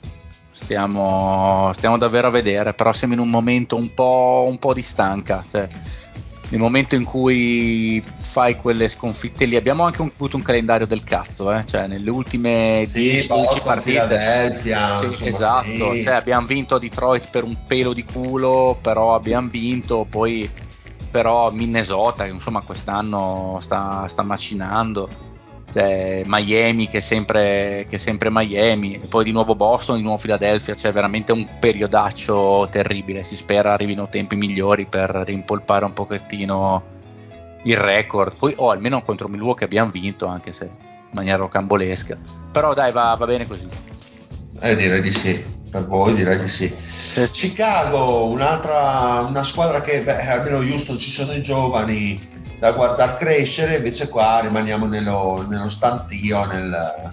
Stiamo, stiamo davvero a vedere, però siamo in un momento un po', un po' di stanca, cioè, nel momento in cui fai quelle sconfitte lì, abbiamo anche un, avuto un calendario del cazzo, eh? Cioè nelle ultime sì, dieci dodici partite, Philadelphia, sì, insomma, esatto, sì. Cioè, abbiamo vinto a Detroit per un pelo di culo, però abbiamo vinto, poi però Minnesota, che insomma quest'anno sta, sta macinando. Cioè, Miami che è sempre che è sempre Miami, e poi di nuovo Boston, di nuovo Philadelphia, cioè veramente un periodaccio terribile. Si spera arrivino tempi migliori per rimpolpare un pochettino il record. Poi oh, almeno contro Milwaukee abbiamo vinto, anche se in maniera rocambolesca, però dai, va, va bene così. Eh, direi di sì, per voi direi di sì. sì. Chicago, un'altra una squadra che beh, almeno Houston ci sono i giovani da guardare crescere, invece qua rimaniamo nello, nello stantio, nel,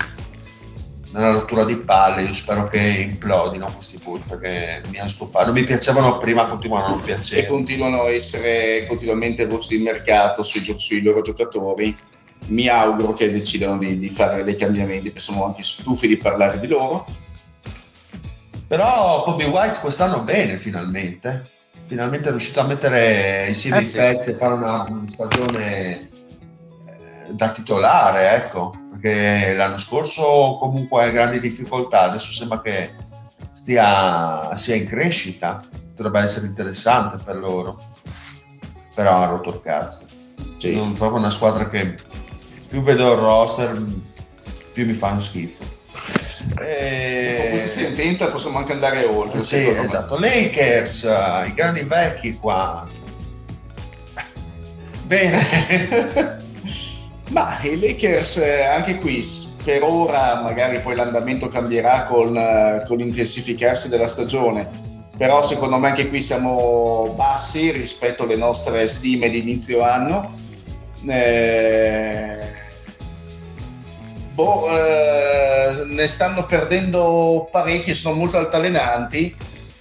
nella rottura di palle. Io spero che implodino questi Bulls, perché mi hanno stufato, non mi piacevano prima, continuano a non piacere e continuano a essere continuamente voci di mercato sui, sui loro giocatori. Mi auguro che decidano di, di fare dei cambiamenti, perché siamo anche stufi di parlare di loro. Però Kobe White quest'anno bene, finalmente finalmente è riuscito a mettere insieme eh, i sì. pezzi e fare una stagione eh, da titolare, ecco, perché l'anno scorso comunque grandi difficoltà, adesso sembra che stia sia in crescita, dovrebbe essere interessante per loro, però ha rotto il cazzo. Sì. Non, proprio una squadra che più vedo il roster più mi fanno schifo. E... con questa sentenza possiamo anche andare oltre. Sì, esatto. Me. Lakers, uh, i grandi vecchi qua. Bene. Ma i Lakers eh, anche qui per ora, magari poi l'andamento cambierà con, uh, con l'intensificarsi della stagione, però secondo me anche qui siamo bassi rispetto alle nostre stime di inizio anno. Eh... Boh, eh, ne stanno perdendo parecchi, sono molto altalenanti,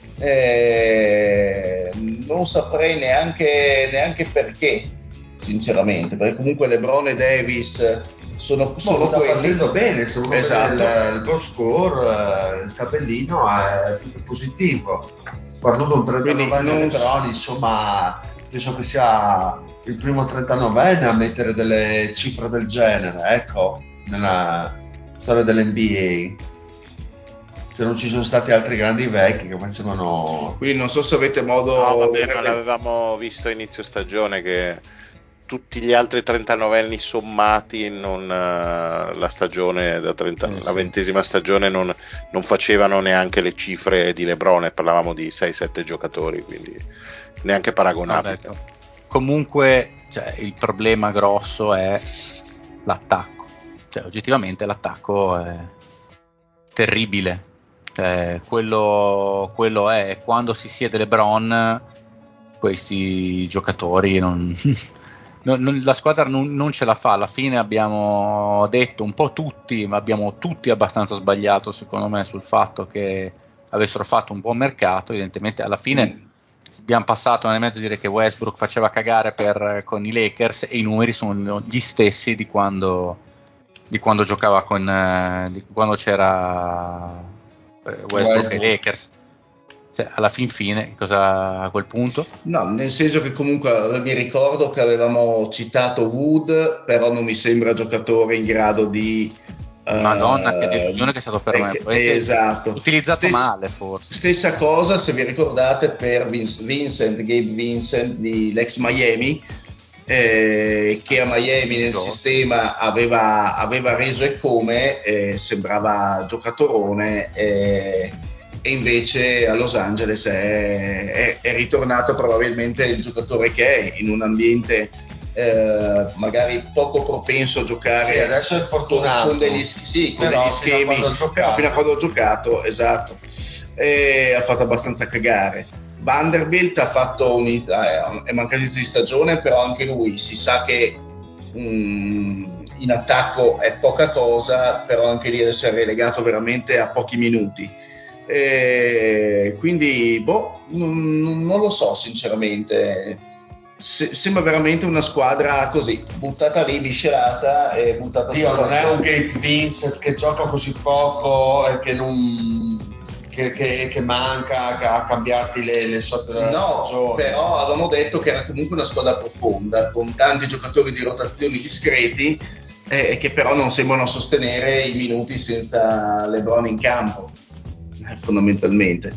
eh, non saprei neanche, neanche perché, sinceramente, perché comunque LeBron e Davis sono, sono sta quelli. facendo bene, se uno esatto. vede il, il box score, il tabellino è più che positivo, guardando un trentanovenne LeBron, insomma penso che sia il primo trentanovenne a mettere delle cifre del genere, ecco, nella storia dell'N B A. Se non ci sono stati altri grandi vecchi che facevano. Quindi non so se avete modo. No, vabbè, ma l'avevamo visto a inizio stagione che tutti gli altri trentanovenni sommati non, uh, la stagione da trenta, eh, la ventesima stagione non, non facevano neanche le cifre di LeBron, e parlavamo di sei sette giocatori, quindi neanche paragonabile. Vabbè, comunque, cioè, il problema grosso è l'attacco, cioè oggettivamente l'attacco è terribile, Eh, quello, quello è quando si siede LeBron, questi giocatori non, non, non, la squadra non, non ce la fa. Alla fine abbiamo detto un po' tutti, ma abbiamo tutti abbastanza sbagliato secondo me sul fatto che avessero fatto un buon mercato. Evidentemente alla fine mm. abbiamo passato nel mezzo a dire che Westbrook faceva cagare per, con i Lakers, e i numeri sono gli stessi di quando, di quando giocava con eh, di quando c'era Westbrook, Westbrook. E Lakers, cioè, alla fin fine cosa a quel punto? No, nel senso che comunque mi ricordo che avevamo citato Wood, però non mi sembra giocatore in grado di Madonna, uh, che delusione che è stato per eh, me. Eh, esatto. Utilizzato Stess- male forse. Stessa cosa, se vi ricordate, per Vince, Vincent, Gabe Vincent di l'ex Miami, eh, che a Miami nel Gio. sistema aveva, aveva reso e come, eh, sembrava giocatorone, eh, e invece a Los Angeles è, è, è ritornato probabilmente il giocatore che è, in un ambiente eh, magari poco propenso a giocare. Sì, adesso è fortunato con, con degli, sì, con però degli schemi, fino però fino a quando ho giocato, esatto, e ha fatto abbastanza cagare. Vanderbilt ha fatto un, eh, è mancato di stagione, però anche lui si sa che mm, in attacco è poca cosa, però anche lì adesso è relegato veramente a pochi minuti. E quindi boh, non, non lo so sinceramente. Se, sembra veramente una squadra così buttata lì, viscerata e buttata Dio, non è un Gabe Vincent che gioca così poco e che non che, che, che manca a cambiarti le, le sorti della no, stagione. Però avevamo detto che era comunque una squadra profonda con tanti giocatori di rotazioni discreti, eh, che però non sembrano sostenere i minuti senza LeBron in campo, fondamentalmente.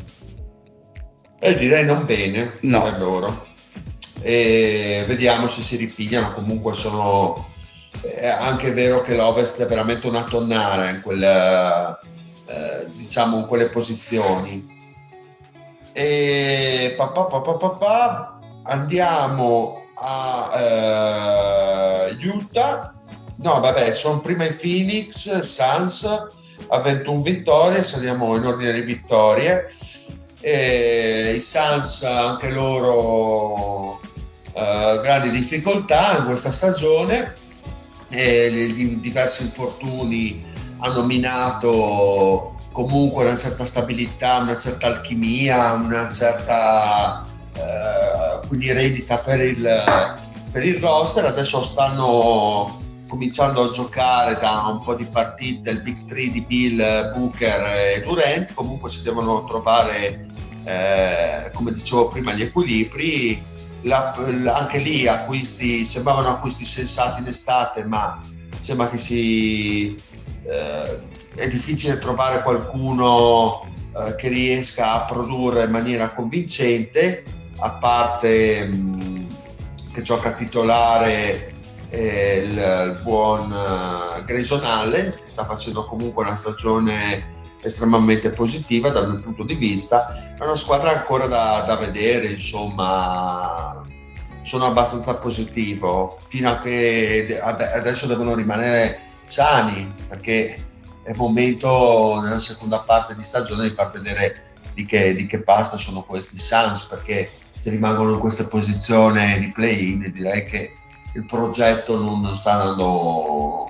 E direi non bene no. per loro. E vediamo se si ripigliano. Comunque sono è anche vero che l'Ovest è veramente una tonnara in quella, eh, diciamo in quelle posizioni. E pa, pa, pa, pa, pa, pa, andiamo a uh, Utah. No, vabbè, sono prima i Phoenix Suns a ventuno vittorie, saliamo in ordine di vittorie. E i Suns anche loro uh, grandi difficoltà in questa stagione, e gli diversi infortuni hanno minato comunque una certa stabilità, una certa alchimia, una certa uh, quindi rendita per il, per il roster. Adesso stanno cominciando a giocare da un po' di partite il Big Three di Bill, Booker e Durant. Comunque si devono trovare Eh, come dicevo prima gli equilibri. La, la, anche lì acquisti sembravano acquisti sensati in estate, ma sembra che si eh, è difficile trovare qualcuno eh, che riesca a produrre in maniera convincente, a parte mh, che gioca titolare eh, il, il buon uh, Grayson Allen, che sta facendo comunque una stagione estremamente positiva dal mio punto di vista. È una squadra ancora da, da vedere, insomma sono abbastanza positivo fino a che adesso devono rimanere sani, perché è il momento nella seconda parte di stagione di far vedere di che, di che pasta sono questi Suns, perché se rimangono in questa posizione di play-in direi che il progetto non, non sta andando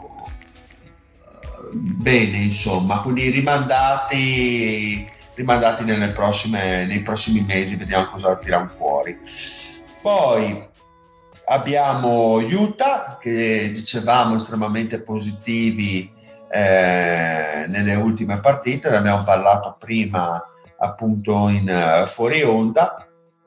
bene, insomma, quindi rimandati rimandati nelle prossime, nei prossimi mesi, vediamo cosa tirano fuori. Poi abbiamo Utah, che dicevamo estremamente positivi eh, nelle ultime partite, ne abbiamo parlato prima appunto in uh, fuori onda,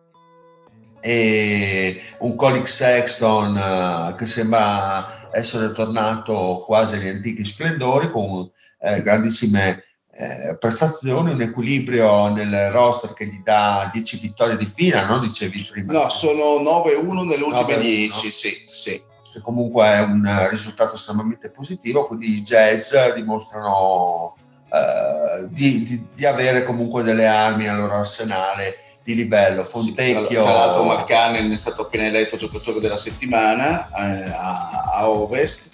e un Colin Sexton uh, che sembra essere tornato quasi agli antichi splendori con eh, grandissime eh, prestazioni, un equilibrio nel roster che gli dà dieci vittorie di fila, no? Dicevi prima. No, sono nove uno nelle ultime dieci, sì, sì. Che comunque è un risultato estremamente positivo, quindi i Jazz dimostrano eh, di, di, di avere comunque delle armi al loro arsenale di livello. Fontecchio, sì, tra l'altro Markkanen è stato appena eletto giocatore della settimana eh, a, a Ovest,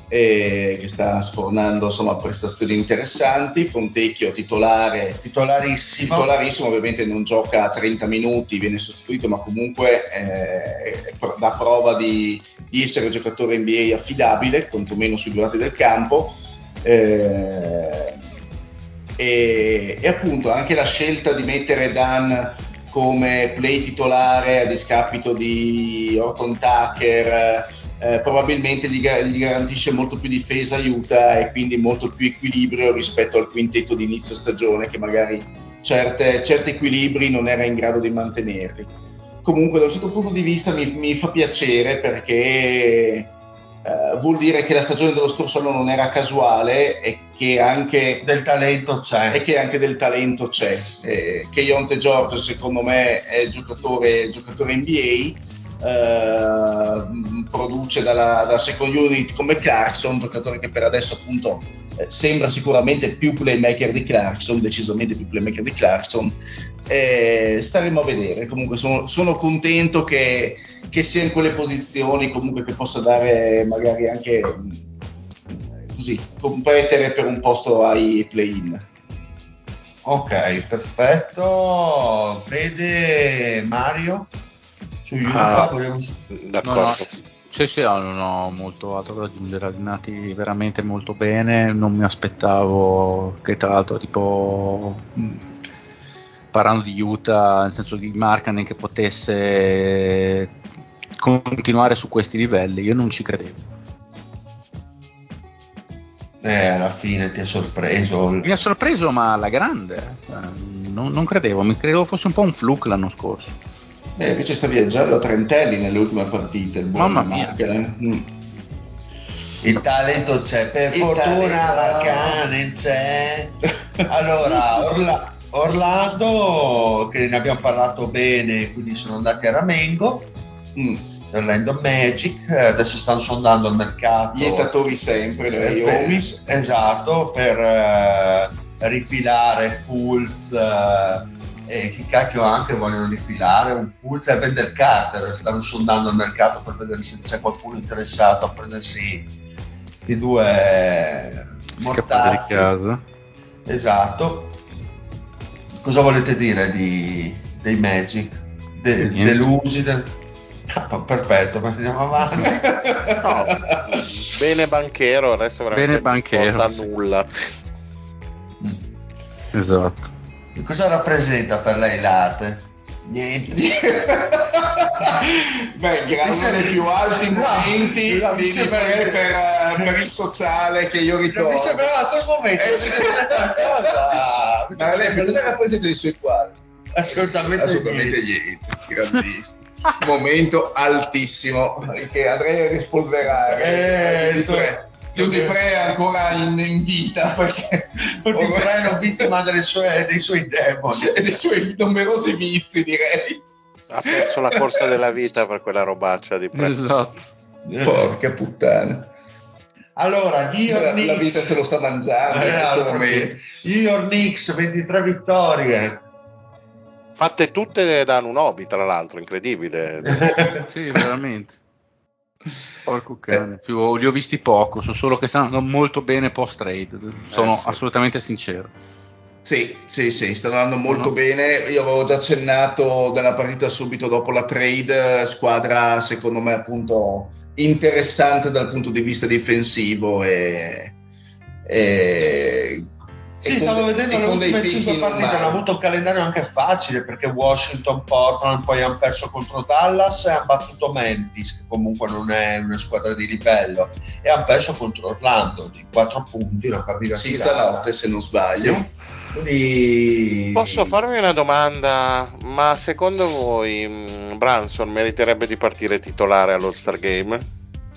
eh, che sta sfornando insomma prestazioni interessanti. Fontecchio titolare, titolarissimo. titolarissimo, ovviamente non gioca trenta minuti, viene sostituito, ma comunque eh, dà prova di, di essere un giocatore N B A affidabile, quantomeno sui due lati del campo. Eh, e, e appunto anche la scelta di mettere Dan come play titolare a discapito di Horton Tucker eh, probabilmente gli, gli garantisce molto più difesa, aiuta, e quindi molto più equilibrio rispetto al quintetto di inizio stagione, che magari certe, certi equilibri non era in grado di mantenerli. Comunque da un certo punto di vista mi, mi fa piacere, perché Uh, vuol dire che la stagione dello scorso anno non era casuale e che anche del talento c'è, e che anche del talento c'è. Eh, Keyonte George secondo me è giocatore, giocatore N B A, uh, produce dalla, dalla second unit come Clarkson, giocatore che per adesso appunto eh, sembra sicuramente più playmaker di Clarkson, decisamente più playmaker di Clarkson. Eh, staremo a vedere. Comunque sono, sono contento che, che sia in quelle posizioni, comunque che possa dare magari anche così competere per un posto ai play-in. Ok, perfetto. Vede Mario su Utah, ah, vogliamo... d'accordo. No, no. Sì, sì, non ho molto altro da aggiungere, allenati veramente molto bene, non mi aspettavo che tra l'altro tipo mh, parlando di Utah, nel senso di Markkanen che potesse continuare su questi livelli, io non ci credevo. Eh, alla fine ti ha sorpreso. Mi ha sorpreso, ma alla grande, non, non credevo, mi credevo fosse un po' un fluke l'anno scorso. Beh, invece sta viaggiando a trentelli nelle ultime partite, il buon Mamma mia. Mm. Il talento c'è, per Il fortuna talento. Markkanen c'è. Allora, Orla- Orlando, che ne abbiamo parlato bene, quindi sono andati a Ramengo, Mm. Orlando Magic, adesso stanno sondando il mercato. Iettatori sempre, le Eh, per- Homies. esatto, per eh, rifilare Fultz eh, e chi cacchio anche vogliono rifilare un Fultz e Wendell Carter. Stanno sondando il mercato per vedere se c'è qualcuno interessato a prendersi questi due Scappare di mortacci. casa. Esatto. Cosa volete dire di, dei Magic? De, Niente. delusi? De... Ah, perfetto, andiamo avanti. No, bene Banchero, adesso veramente Bene Banchero, non porta sì. nulla. Esatto. Cosa rappresenta per lei l'arte? Niente. Beh, uno dei più alti no, momenti no, di, di per, per, per il sociale che io ricordo. Mi sembrava quel momento. Eh, sì. Cosa? Ma lei cosa rappresenta i suoi quadri? Assolutamente, Assolutamente niente. Grandissimo. Momento altissimo che andrei a rispolverare. Eh, di so, pre. Più di pre è ancora in, in vita, perché Di pre è vittima delle sue, dei suoi demoni e dei suoi numerosi vizi, direi. Ha perso la corsa della vita per quella robaccia di pre. Esatto. Porca puttana. Allora, New York la, Knicks, la vita se lo sta mangiando eh, in questo momento. New York Knicks, ventitré vittorie. Fatte tutte da Anunoby, tra l'altro, incredibile. Sì, veramente. Porco cane. Più, li ho visti poco, so solo che stanno molto bene post trade, sono Eh, sì. assolutamente sincero. Sì, sì, sì, stanno andando molto No, no. bene. Io avevo già accennato nella partita subito dopo la trade, squadra secondo me appunto interessante dal punto di vista difensivo e, e Sì, e stavo con, vedendo e le con dei ultime cinque picchi partite, normali. hanno avuto un calendario anche facile perché Washington, Portland, poi hanno perso contro Dallas e hanno battuto Memphis, che comunque non è una squadra di livello, e hanno perso contro Orlando di quattro punti, una partita Sì, tirata. stanotte se non sbaglio. Sì. Quindi... Posso farvi una domanda? Ma secondo voi mh, Brunson meriterebbe di partire titolare all'All-Star Game?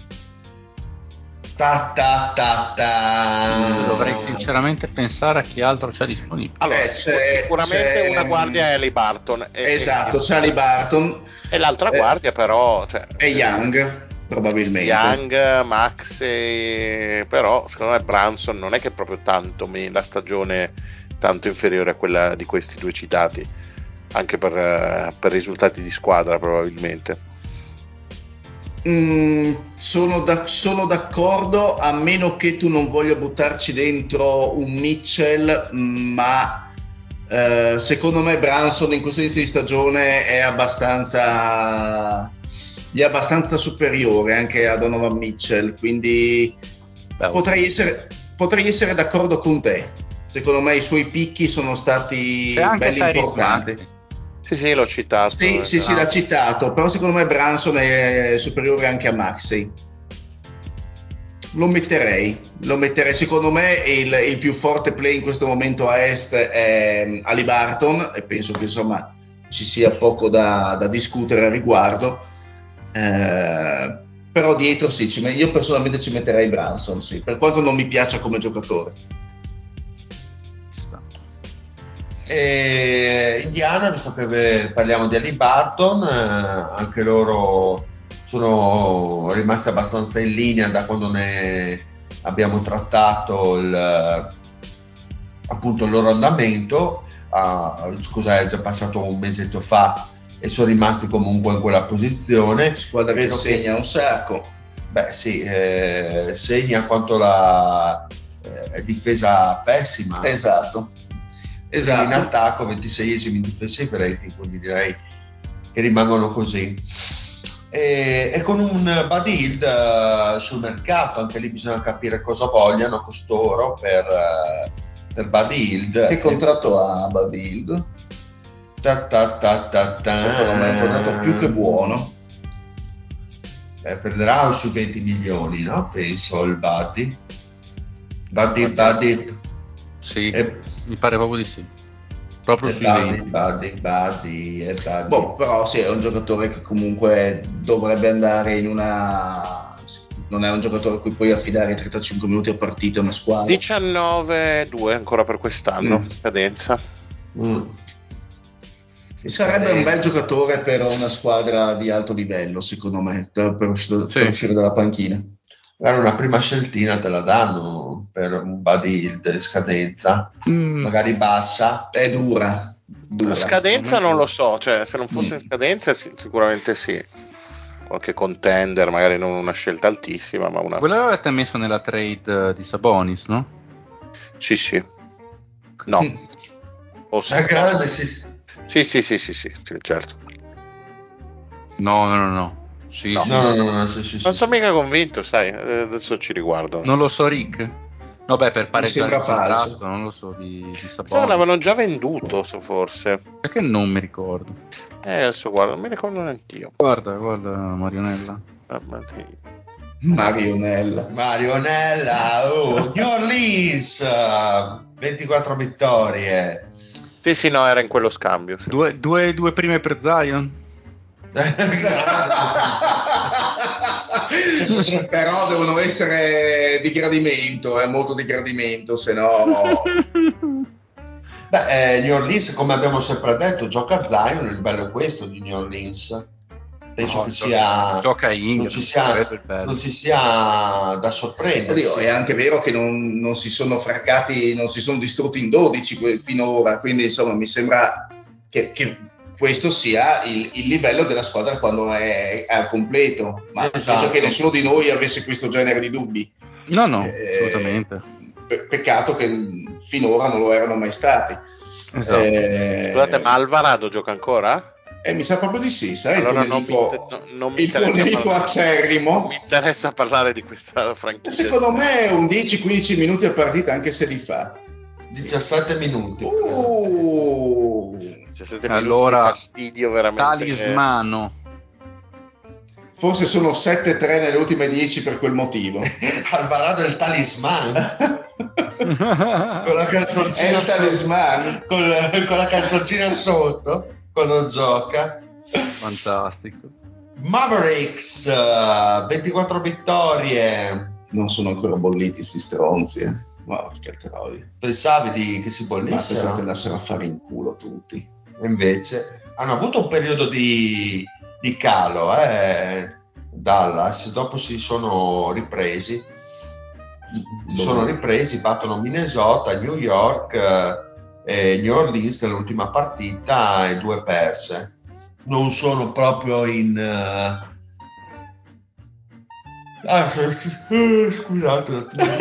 Ta ta ta ta. Dovrei sinceramente pensare a chi altro c'è disponibile. Allora, Eh, sicur- c'è- sicuramente c'è- una guardia è Eli Barton. E, Esatto, e, c'è Ali Barton e l'altra eh, guardia però... Cioè, e Young probabilmente. Young, Max, e... però secondo me Brunson non è che è proprio tanto me- la stagione tanto inferiore a quella di questi due citati, anche per, uh, per risultati di squadra probabilmente. Mm, sono, da, sono d'accordo, a meno che tu non voglia buttarci dentro un Mitchell, ma eh, secondo me Brunson in questo inizio di stagione è abbastanza, gli è abbastanza superiore anche a Donovan Mitchell, quindi Beh, potrei essere, potrei essere d'accordo con te. Secondo me i suoi picchi sono stati C'è anche belli Tyrese importanti. Maxey. Sì, sì, l'ho citato. Sì, sì, sì, no. l'ha citato, però secondo me Brunson è superiore anche a Maxey. Lo metterei, lo metterei. Secondo me il, il più forte play in questo momento a Est è Haliburton e penso che insomma ci sia poco da, da discutere al riguardo. Eh, però dietro sì, ci, io personalmente ci metterei Brunson, sì, per quanto non mi piaccia come giocatore. E Indiana, visto che parliamo di Haliburton, eh, anche loro sono rimasti abbastanza in linea da quando ne abbiamo trattato il, appunto il loro andamento. Ah, scusa, è già passato un mesetto fa e sono rimasti comunque in quella posizione. Squadra che segna un sacco. Beh sì, eh, segna quanto la eh, difesa pessima. Esatto. Esatto. Esatto. In attacco ventiseiesimi in defensive rating, quindi direi che rimangono così. E, e con un Buddy Hield uh, sul mercato, anche lì bisogna capire cosa vogliano costoro per, uh, per Buddy Hield. Che contratto ha Buddy Hield? Ta ta ta ta ta. Secondo me è un contratto più che buono. Beh, perderà sui venti milioni, no? Penso il Buddy. Buddy, Buddy. Sì, e, mi pare proprio di sì. Proprio sui Buddy, venti. Buddy, Buddy, e Buddy. Boh, però sì, è un giocatore che comunque dovrebbe andare in una... Non è un giocatore a cui puoi affidare trentacinque minuti a partita una squadra. diciannove due ancora per quest'anno, Mm. scadenza. Mm. Sarebbe un bel giocatore per una squadra di alto livello, secondo me, per uscire, Sì. per uscire dalla panchina. Magari una prima sceltina te la danno per un Buddy Hield in scadenza, Mm. magari bassa. È dura. dura. La scadenza non lo so, cioè se non fosse Mm. in scadenza sì, sicuramente sì. Qualche contender, magari non una scelta altissima, ma una... Quello l'avete messo nella trade di Sabonis, no? Sì, sì. No. Mm. O sì. La grande, sì. Sì, sì, sì, sì, sì, sì, certo. No, no, no, no. Sì, No. sì. No, no, no, no, sì, sì, Non sì, sono sì. mica convinto, sai, eh, adesso ci riguardo. Non lo so, Rick. No, beh, per pareggiare sembra il contratto, falso. non lo so, di, di Pensavo Sabonis. l'avevano già venduto, so forse. Perché non mi ricordo? Eh, adesso guarda, non mi ricordo neanch'io. Guarda, guarda, Marionella. Ah, ma sì. Marionella. Marionella, oh, New Orleans, uh, ventiquattro vittorie. Sì, sì, no, era in quello scambio. Sì. Due, due, due prime per Zion. Però devono essere di gradimento, è molto di gradimento, se no... Beh, eh, New Orleans, come abbiamo sempre detto, gioca a Zion, il bello è questo di New Orleans. Penso No, che gioca- sia gioca Ingram, non ci sia, quello è il bello. non ci sia da sorprendersi. Oddio, è anche vero che non, non si sono fraccati, non si sono distrutti in dodici finora, quindi insomma mi sembra che, che questo sia il, il livello della squadra quando è, è al completo, ma Esatto. penso che nessuno di noi avesse questo genere di dubbi. No, no, Eh, assolutamente. pe- peccato che finora non lo erano mai stati. Esatto. Eh, Scusate, ma Alvarado gioca ancora? eh, mi sa proprio di sì, sai, Allora il tuo non mi, nemico, inter- no, non mi il tuo interessa nemico parlare. acerrimo. Non mi interessa parlare di questa franchigia. Secondo me undici quindici minuti a partita anche se li fa. diciassette minuti. Uh, diciassette Allora, minuti di fastidio veramente. Talismano. forse sono sette tre nelle ultime dieci per quel motivo. Alvarado è il talisman. Con la È canzoncina il talisman. sotto, con, la, con la canzoncina sotto quando gioca. Fantastico. Mavericks, uh, ventiquattro vittorie. Non sono ancora bolliti sti stronzi. Eh. Wow, che troia. Pensavi di, che si Ma bollissero? pensavo che andassero a fare in culo tutti. E invece hanno avuto un periodo di, di calo, eh, Dallas, dopo si sono ripresi, si Dove? sono ripresi, battono Minnesota, New York eh, e New Orleans nell'ultima partita e due perse. Non sono proprio in, uh, Ah, scusate un attimo.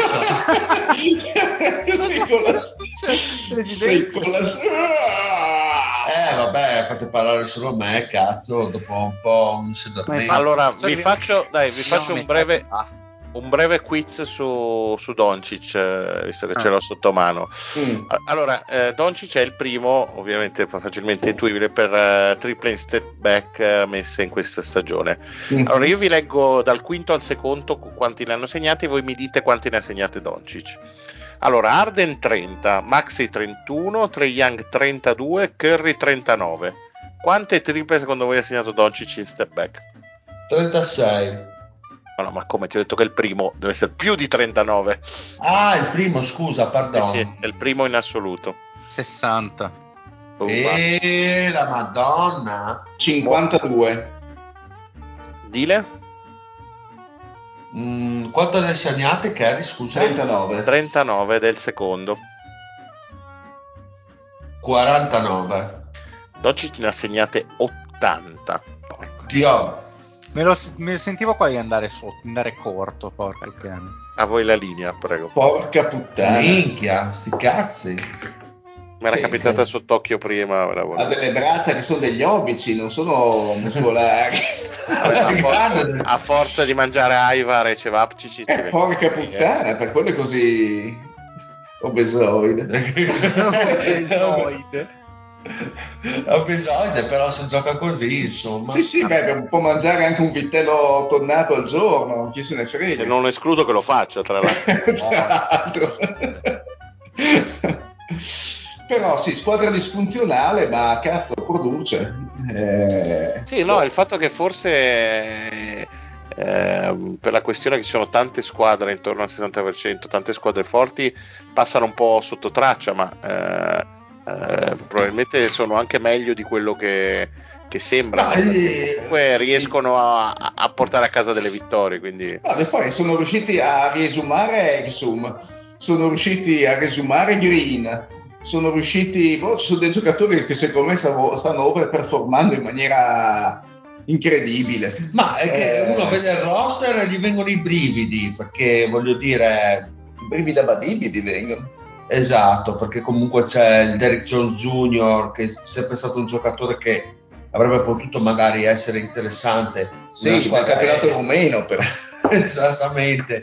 sei con la sei con la eh vabbè, fate parlare solo me, cazzo, dopo un po' un sedamento. Allora vi faccio, dai, vi faccio un breve un breve quiz su, su Doncic, eh, visto che ah. ce l'ho sotto mano. Mm. Allora, eh, Doncic è il primo, ovviamente facilmente intuibile, per uh, triple in step back uh, messe in questa stagione. Mm-hmm. Allora, io vi leggo dal quinto al secondo quanti ne hanno segnati e voi mi dite quanti ne ha segnati Doncic. Allora, Harden trenta, Maxey trentuno, Trae Young trentadue, Curry trentanove. Quante triple secondo voi ha segnato Doncic in step back? trentasei. No, ma come ti ho detto che il primo deve essere più di trentanove. Ah, il primo, scusa, perdono. Eh sì, è il primo in assoluto. sessanta. Oh, e ma... la Madonna. cinquantadue. Dile? Mm, quanto ne hai segnate, Kerry? Scusa. trentanove. trentanove del secondo. quarantanove. Doncic ne ha segnate ottanta. Dio. Me lo, me lo sentivo qua di andare sotto, andare corto, porca cane. A voi la linea, prego. Porca puttana. Minchia, sti cazzi. Mi era sì, capitata sì. sott'occhio prima. Ha delle braccia che sono degli obici, non sono muscolari. Vabbè, a, for- a forza di mangiare Aivar e cevapcici. Eh, porca puttana, eh. Per quello è così obesoide. Obesoide. Obesoide, però se gioca così, insomma. Sì, sì, beh, può mangiare anche un vitello tonnato al giorno, chi se ne frega. E non escludo che lo faccia, tra l'altro. Tra l'altro. Però sì, squadra disfunzionale, ma cazzo, produce. Eh... Sì, no, il fatto che forse eh, eh, per la questione che ci sono tante squadre intorno al sessanta per cento, tante squadre forti, passano un po' sotto traccia, ma eh, eh, probabilmente sono anche meglio di quello che, che sembra. No, comunque riescono a, a portare a casa delle vittorie. Quindi... No, e poi sono riusciti a riesumare Exum, sono riusciti a riesumare Green. Sono riusciti, boh, ci sono dei giocatori che secondo me stanno, stanno overperformando in maniera incredibile. Ma è che eh, uno vede il roster e gli vengono i brividi, perché voglio dire, i brividi da badibidi vengono. Esatto, perché comunque c'è il Derrick Jones Junior che è sempre stato un giocatore che avrebbe potuto magari essere interessante. Sì, il campionato rumeno però. Esattamente.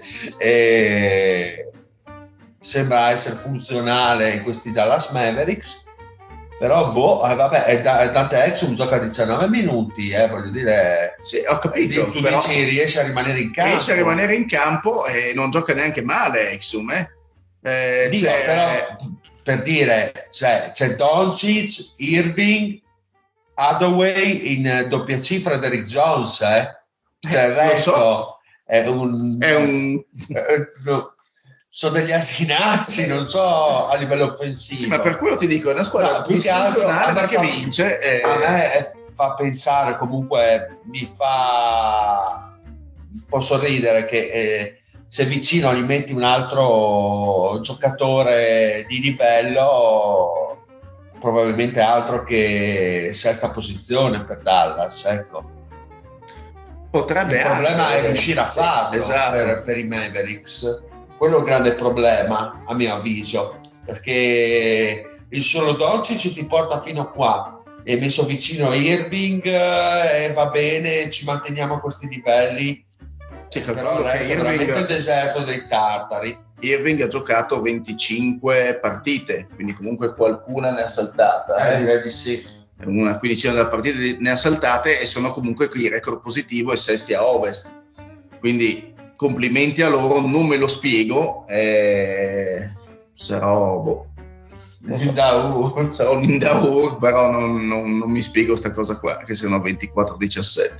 E... sembra essere funzionale in questi Dallas Mavericks, però boh, eh, vabbè, è da, Dante Exum gioca diciannove minuti, eh, voglio dire, sì, ho capito, tu però dici riesce a rimanere in campo, riesce a rimanere in campo e non gioca neanche male Exum, eh. Eh, Dio, c'è... però per dire, cioè, c'è Doncic, Irving, Hathaway in doppia cifra, Derrick Jones, eh, cioè il resto so. è un, è un... Eh, no. Sono degli asinazzi, non so, a livello offensivo. Sì, ma per quello ti dico, è una squadra no, disfunzionale ma che fa, vince. E... A me fa pensare, comunque mi fa un po' sorridere che eh, se vicino gli metti un altro giocatore di livello, probabilmente altro che sesta posizione per Dallas, ecco. Potrebbe Il problema anche, è riuscire a farlo, esatto. per, per i Mavericks. Quello è un grande problema, a mio avviso, perché il solo Doncic ti porta fino a qua, e messo vicino a Irving e va bene, ci manteniamo a questi livelli. Sì, però il resto Irving, è veramente il deserto dei tartari. Irving ha giocato venticinque partite, quindi comunque qualcuna ne ha saltata. Eh, eh. direi di sì. Una quindicina di partite ne ha saltate e sono comunque qui record positivo e sesti a Ovest. Quindi complimenti a loro, non me lo spiego, eh, sarò boh, non so, Nindaur. sarò Nindaur, però non, non, non mi spiego sta cosa qua, che sono ventiquattro a diciassette.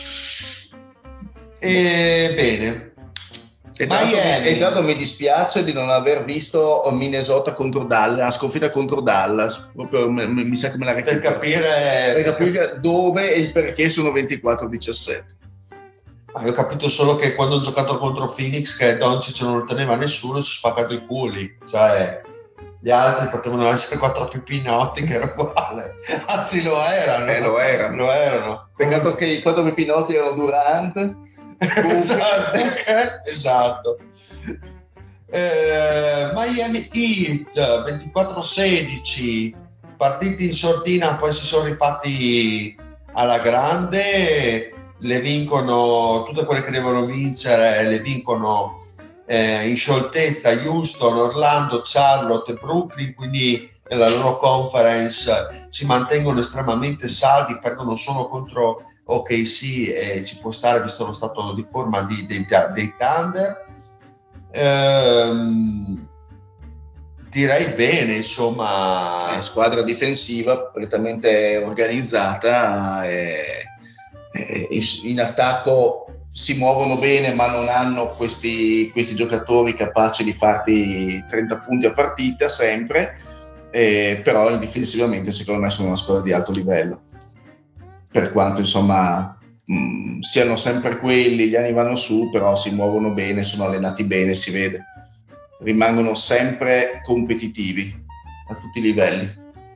E bene. E tra, e tra l'altro mi dispiace di non aver visto Minnesota contro Dallas, la sconfitta contro Dallas, proprio mi, mi sa che me la per capire, per capire dove e il perché sono ventiquattro a diciassette. Ah, io ho capito solo che quando ho giocato contro Phoenix, che Doncic non lo teneva nessuno, si è spaccato i culi, cioè gli altri potevano essere quattro pipinotti che era uguale, anzi lo erano, eh, lo erano, lo erano. Peccato che i quattro pipinotti erano Durant, esatto, esatto. Eh, Miami Heat ventiquattro sedici, partiti in sortina, poi si sono rifatti alla grande, le vincono tutte quelle che devono vincere, le vincono eh, in scioltezza Houston, Orlando, Charlotte e Brooklyn, quindi nella loro conference si mantengono estremamente saldi, perdono solo contro O K C e ci può stare visto lo stato di forma di, dei, dei Thunder. Ehm, direi bene, insomma, è squadra difensiva completamente organizzata e, e in attacco si muovono bene, ma non hanno questi, questi giocatori capaci di farti trenta punti a partita sempre, eh, però difensivamente secondo me sono una squadra di alto livello, per quanto insomma mh, siano sempre quelli, gli anni vanno su, però si muovono bene, sono allenati bene, si vede, rimangono sempre competitivi a tutti i livelli.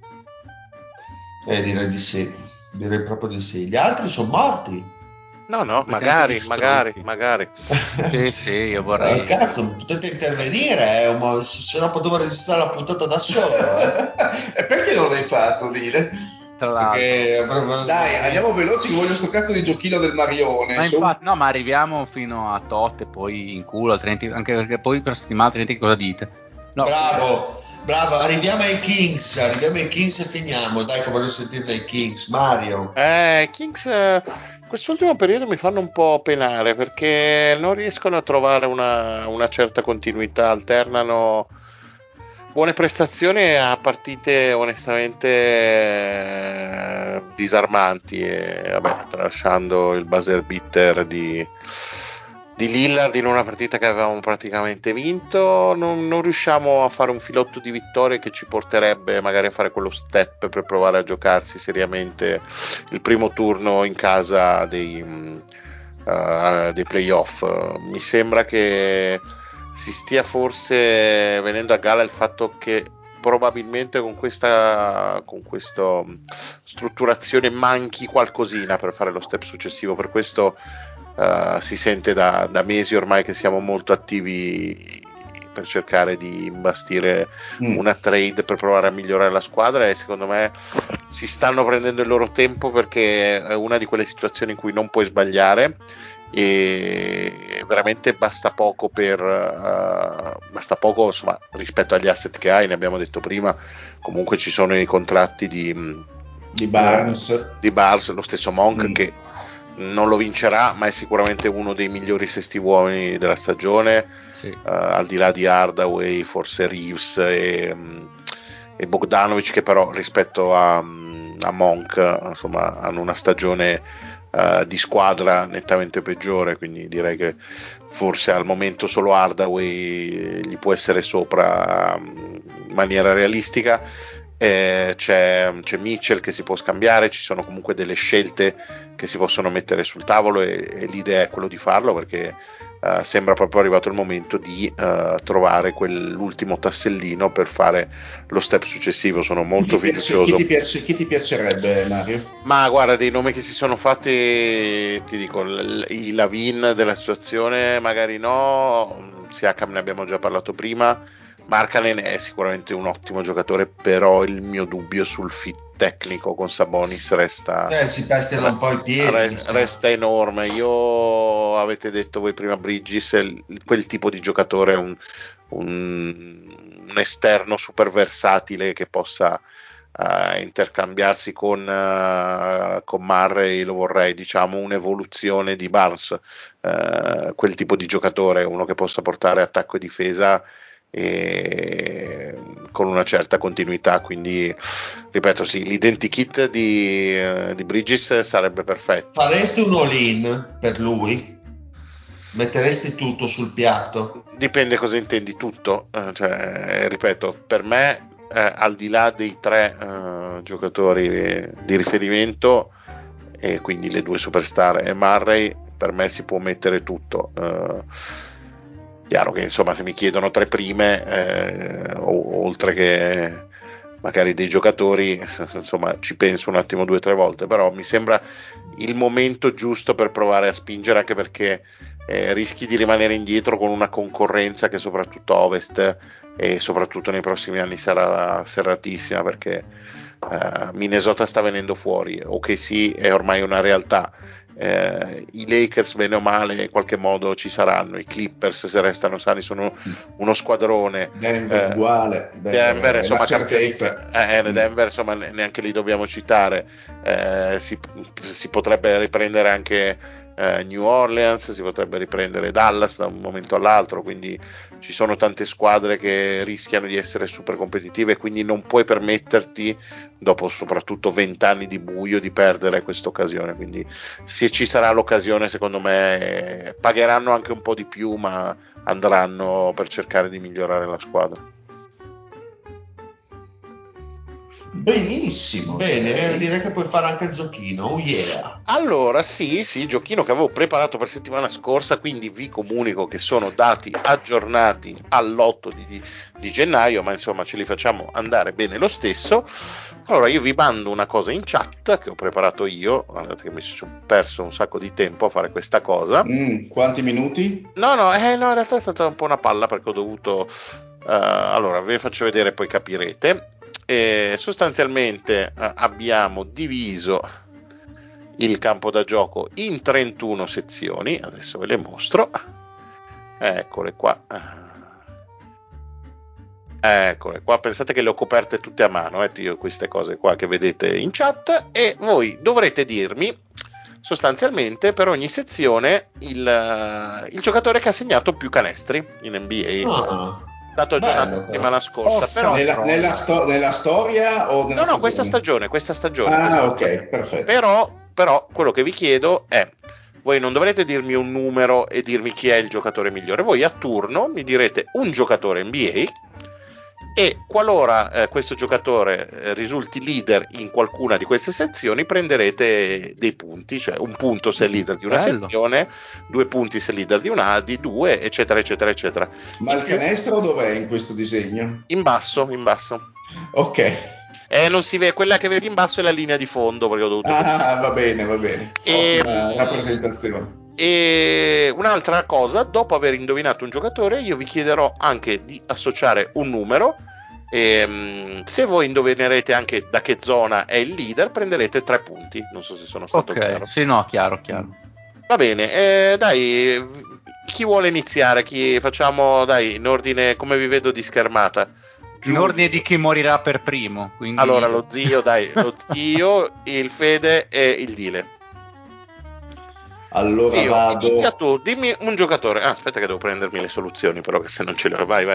Eh, direi di sì, direi proprio di sì. Gli altri sono morti. No, no, magari, magari, magari. Sì, sì, io vorrei. Eh, cazzo, potete intervenire, eh, ma se no potevo registrare la puntata da solo. Eh. E perché non l'hai fatto, Dile? Tra l'altro. Perché... Dai, andiamo veloci che voglio sto cazzo di giochino del Marione. Ma infatti, no, ma arriviamo fino a tot e poi in culo, altrimenti, anche perché poi per settimana altrimenti cosa dite? No. Bravo, bravo, arriviamo ai Kings, arriviamo ai Kings e finiamo, dai che voglio sentire dai Kings, Mario. Eh, Kings eh, quest'ultimo periodo mi fanno un po' penare perché non riescono a trovare una, una certa continuità, alternano buone prestazioni a partite onestamente eh, disarmanti e vabbè, tralasciando il buzzer beater di di Lillard in una partita che avevamo praticamente vinto, non, non riusciamo a fare un filotto di vittorie che ci porterebbe magari a fare quello step per provare a giocarsi seriamente il primo turno in casa dei, uh, dei playoff. Mi sembra che si stia forse venendo a galla il fatto che probabilmente con questa con questa strutturazione manchi qualcosina per fare lo step successivo, per questo Uh, si sente da, da mesi ormai che siamo molto attivi per cercare di imbastire mm. una trade per provare a migliorare la squadra e secondo me si stanno prendendo il loro tempo perché è una di quelle situazioni in cui non puoi sbagliare e veramente basta poco per uh, basta poco insomma rispetto agli asset che hai, ne abbiamo detto prima, comunque ci sono i contratti di, di Barnes, uh, di Barnes, lo stesso Monk mm. che non lo vincerà, ma è sicuramente uno dei migliori sesti uomini della stagione, sì. uh, al di là di Hardaway, forse Reeves e, e Bogdanovic, che però rispetto a, a Monk insomma hanno una stagione uh, di squadra nettamente peggiore, quindi direi che forse al momento solo Hardaway gli può essere sopra in maniera realistica. Eh, c'è, c'è Mitchell che si può scambiare, ci sono comunque delle scelte che si possono mettere sul tavolo e, e l'idea è quello di farlo perché uh, sembra proprio arrivato il momento di uh, trovare quell'ultimo tassellino per fare lo step successivo. Sono molto chi fiducioso. Chi ti, piace, chi ti piacerebbe, Mario? Ma guarda, dei nomi che si sono fatti, ti dico, l- i Lavin della situazione magari no, Siakam ne abbiamo già parlato prima. Markkanen è sicuramente un ottimo giocatore, però il mio dubbio sul fit tecnico con Sabonis resta, eh, si tastano un po' i piedi, re, resta enorme. Io avete detto voi prima Bridges, quel tipo di giocatore è un, un, un esterno super versatile che possa uh, intercambiarsi con, uh, con Murray, lo vorrei, diciamo un'evoluzione di Barnes, uh, quel tipo di giocatore, uno che possa portare attacco e difesa e con una certa continuità, quindi ripeto sì, l'identikit di, di Bridges sarebbe perfetto. Faresti un all-in per lui? Metteresti tutto sul piatto? Dipende cosa intendi tutto, eh, cioè, ripeto, per me eh, al di là dei tre eh, giocatori di riferimento e quindi le due superstar e Murray, per me si può mettere tutto. Eh, chiaro che insomma se mi chiedono tre prime eh, o, oltre che magari dei giocatori, insomma, ci penso un attimo due o tre volte, però mi sembra il momento giusto per provare a spingere, anche perché eh, rischi di rimanere indietro con una concorrenza che soprattutto a Ovest e soprattutto nei prossimi anni sarà serratissima, perché eh, Minnesota sta venendo fuori, o che sì, è ormai una realtà. Eh, i Lakers bene o male in qualche modo ci saranno, i Clippers se restano sani sono uno squadrone, Denver eh, uguale, Denver, Denver insomma campioni, certezza. eh, Mm. Denver insomma neanche li dobbiamo citare, eh, si, si potrebbe riprendere anche eh, New Orleans, si potrebbe riprendere Dallas da un momento all'altro, quindi ci sono tante squadre che rischiano di essere super competitive, quindi non puoi permetterti, dopo soprattutto vent'anni di buio, di perdere questa occasione. Quindi se ci sarà l'occasione, secondo me pagheranno anche un po' di più, ma andranno per cercare di migliorare la squadra. Benissimo. Bene, direi. direi che puoi fare anche il giochino. Oh yeah. Allora, sì, sì, giochino che avevo preparato per settimana scorsa, quindi vi comunico che sono dati aggiornati all'otto di, di, di gennaio, ma insomma ce li facciamo andare bene lo stesso. Allora, io vi mando una cosa in chat che ho preparato io, guardate che mi sono perso un sacco di tempo a fare questa cosa. Mm, quanti minuti? No, no, eh, no, in realtà è stata un po' una palla, perché ho dovuto... Uh, allora, ve faccio vedere, poi capirete. E sostanzialmente uh, abbiamo diviso il campo da gioco in trentuno sezioni, adesso ve le mostro, eccole qua, eccole qua, pensate che le ho coperte tutte a mano, eh, io queste cose qua che vedete in chat, e voi dovrete dirmi sostanzialmente per ogni sezione il, il giocatore che ha segnato più canestri in N B A. Ah, Dato aggiornato la settimana scorsa, Oh, però Nella, nella, sto- nella storia o nella no, no, questa stagione? stagione, questa stagione. Ah, questa ok, stagione. perfetto. Però, però, quello che vi chiedo è: voi non dovrete dirmi un numero e dirmi chi è il giocatore migliore, voi a turno mi direte un giocatore N B A, e qualora eh, questo giocatore eh, risulti leader in qualcuna di queste sezioni, prenderete dei punti, cioè un punto se è leader di una Bello. sezione, due punti se è leader di una, di due, eccetera, eccetera, eccetera. Ma In il più, canestro dov'è in questo disegno? in basso, in basso. Ok. Eh, non si vede, quella che vedi in basso è la linea di fondo, perché ho dovuto... Ah, va bene, va bene. E, Ottima rappresentazione. e un'altra cosa, dopo aver indovinato un giocatore, io vi chiederò anche di associare un numero. E, se voi indovinerete anche da che zona è il leader, prenderete tre punti. Non so se sono stato Ok, chiaro. sì, no, chiaro, chiaro. Va bene, eh, dai, chi vuole iniziare? Chi facciamo, dai, in ordine, come vi vedo di schermata? In Giulio. ordine di chi morirà per primo. Quindi... Allora, lo zio, dai, lo zio, il Fede e il Dile. Allora Zio, vado. inizia tu, dimmi un giocatore. Ah, aspetta che devo prendermi le soluzioni, però, che se non ce le ho. Vai, vai.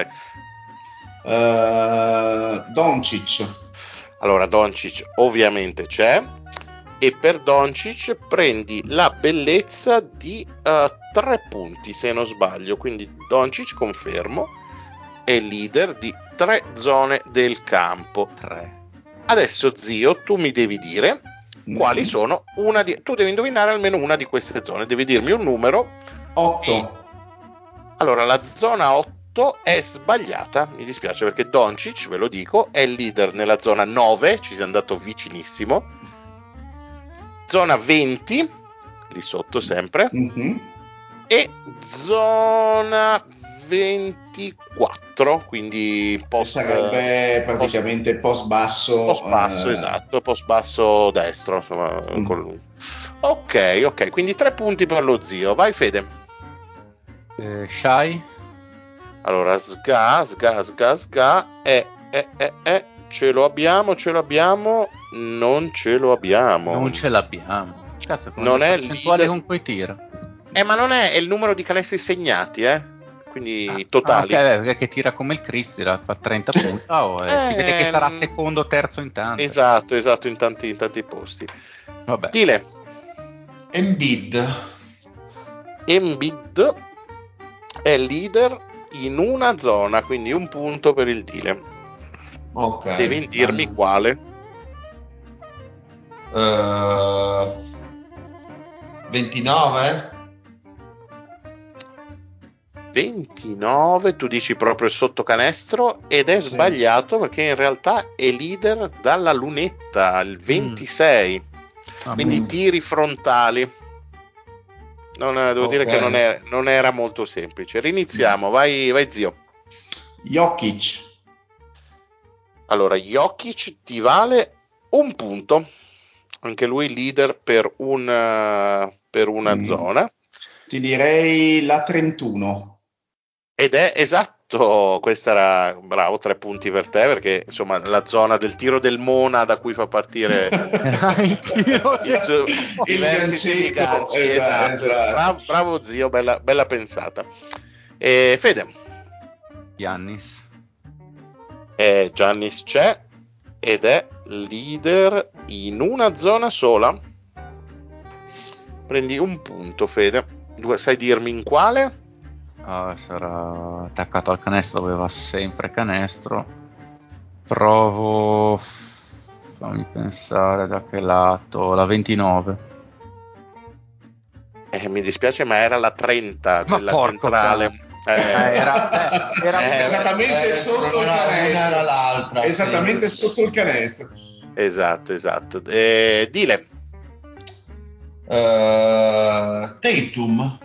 Uh, Doncic. Allora, Doncic ovviamente c'è, e per Doncic prendi la bellezza di uh, tre punti, se non sbaglio. Quindi Doncic, confermo, è leader di tre zone del campo. Tre. Adesso, zio, tu mi devi dire quali sono una di... Tu devi indovinare almeno una di queste zone, devi dirmi un numero. otto. Allora, la zona otto è sbagliata, mi dispiace, perché Doncic, ve lo dico, è il leader nella zona nove, ci sei andato vicinissimo. Zona venti, lì sotto sempre. Mm-hmm. E zona ventiquattro, quindi post, sarebbe praticamente post, post basso. Post basso, uh... esatto, post basso destro, insomma. Mm. Col... Ok, ok, quindi tre punti per lo zio. Vai, Fede. Eh, Shai. Allora, Sga, Sga, Sga, Sga, eh, eh, eh, eh, ce lo abbiamo, ce lo abbiamo, non ce lo abbiamo. Non ce l'abbiamo. Cazzo, con non le è percentuali leader... con cui tira. Eh, ma non è, è il numero di canestri segnati, eh? Quindi ah, totali. Ah, ok, perché tira come il Cristo, tira, fa trenta punti. Oh, eh, si vede che sarà secondo o terzo in tanto. Esatto, esatto, in tanti, in tanti posti. Vabbè. Dile. Embiid. Embiid è leader in una zona, quindi un punto per il Dile. Ok. Devi dirmi allora. quale. Uh, ventinove? ventinove, tu dici proprio sotto canestro, ed è Sì. sbagliato perché in realtà è leader dalla lunetta, il ventisei. Ah, Quindi mm. tiri frontali. Non, devo Ok. dire che non, è, non era molto semplice. Riniziamo, vai, vai zio. Jokic. Allora, Jokic ti vale un punto. Anche lui leader per, un, uh, per una Mm. zona. Ti direi la trentuno. Ed è esatto, questa era, bravo, tre punti per te, perché insomma la zona del tiro del Mona da cui fa partire il tiro il suo- Il diversi tipi di gancetto, ganci. esatto, Esatto. esatto. Bravo, bravo zio, bella, bella pensata. E Fede, Giannis. eh, Giannis c'è ed è leader in una zona sola. Prendi un punto, Fede. Due, sai dirmi in quale? Ah, sarà attaccato al canestro, aveva sempre canestro. Provo, fammi pensare da che lato, la ventinove. Eh, mi dispiace, ma era la trenta, Ma quella porco centrale. cane. Eh, Eh, era, eh, era eh, esattamente eh, sotto il una- canestro. una era l'altra, Esattamente sì. sotto il canestro. Esatto, esatto. Eh, Dile, Eh, Tatum.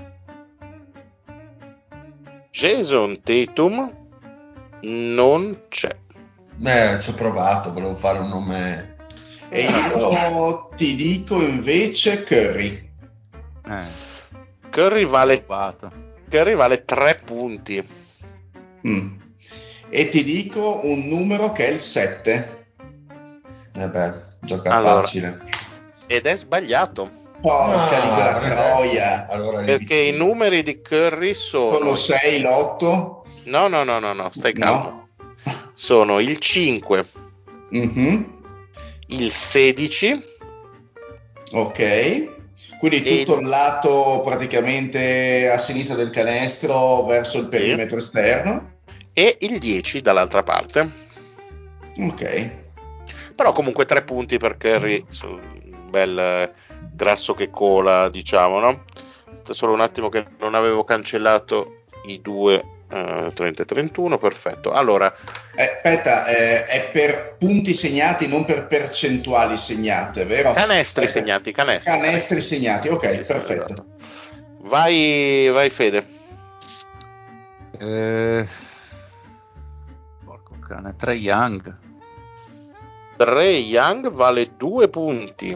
Jason Tatum non c'è. Eh, ci ho provato, volevo fare un nome. E io ti dico invece Curry. Eh, Curry vale, rubato. Curry vale tre punti. Mm. E ti dico un numero che è il sette. Eh beh, gioca Allora, facile. ed è sbagliato, Porca di quella vabbè. troia. Allora lì perché i vicino. numeri di Curry Con sono... lo sei, l'otto. No, no, no, no, no, stai calmo. No. Sono il cinque, Mhm. il sedici Ok. Quindi e tutto il lato praticamente a sinistra del canestro verso il Sì. perimetro esterno. e il dieci dall'altra parte. Ok. Però comunque tre punti per Curry, su- un bel eh, grasso che cola, diciamo, no? Aspetta solo un attimo che non avevo cancellato i due eh, trenta e trentuno, perfetto. Allora, Eh, aspetta, eh, è per punti segnati, non per percentuali segnate, vero? canestri Eh, segnati, canestri. Canestri segnati, ok, Sì, sì, perfetto. esatto. Vai, vai Fede. Eh, porco cane, Trae Young. Trae Young vale due punti.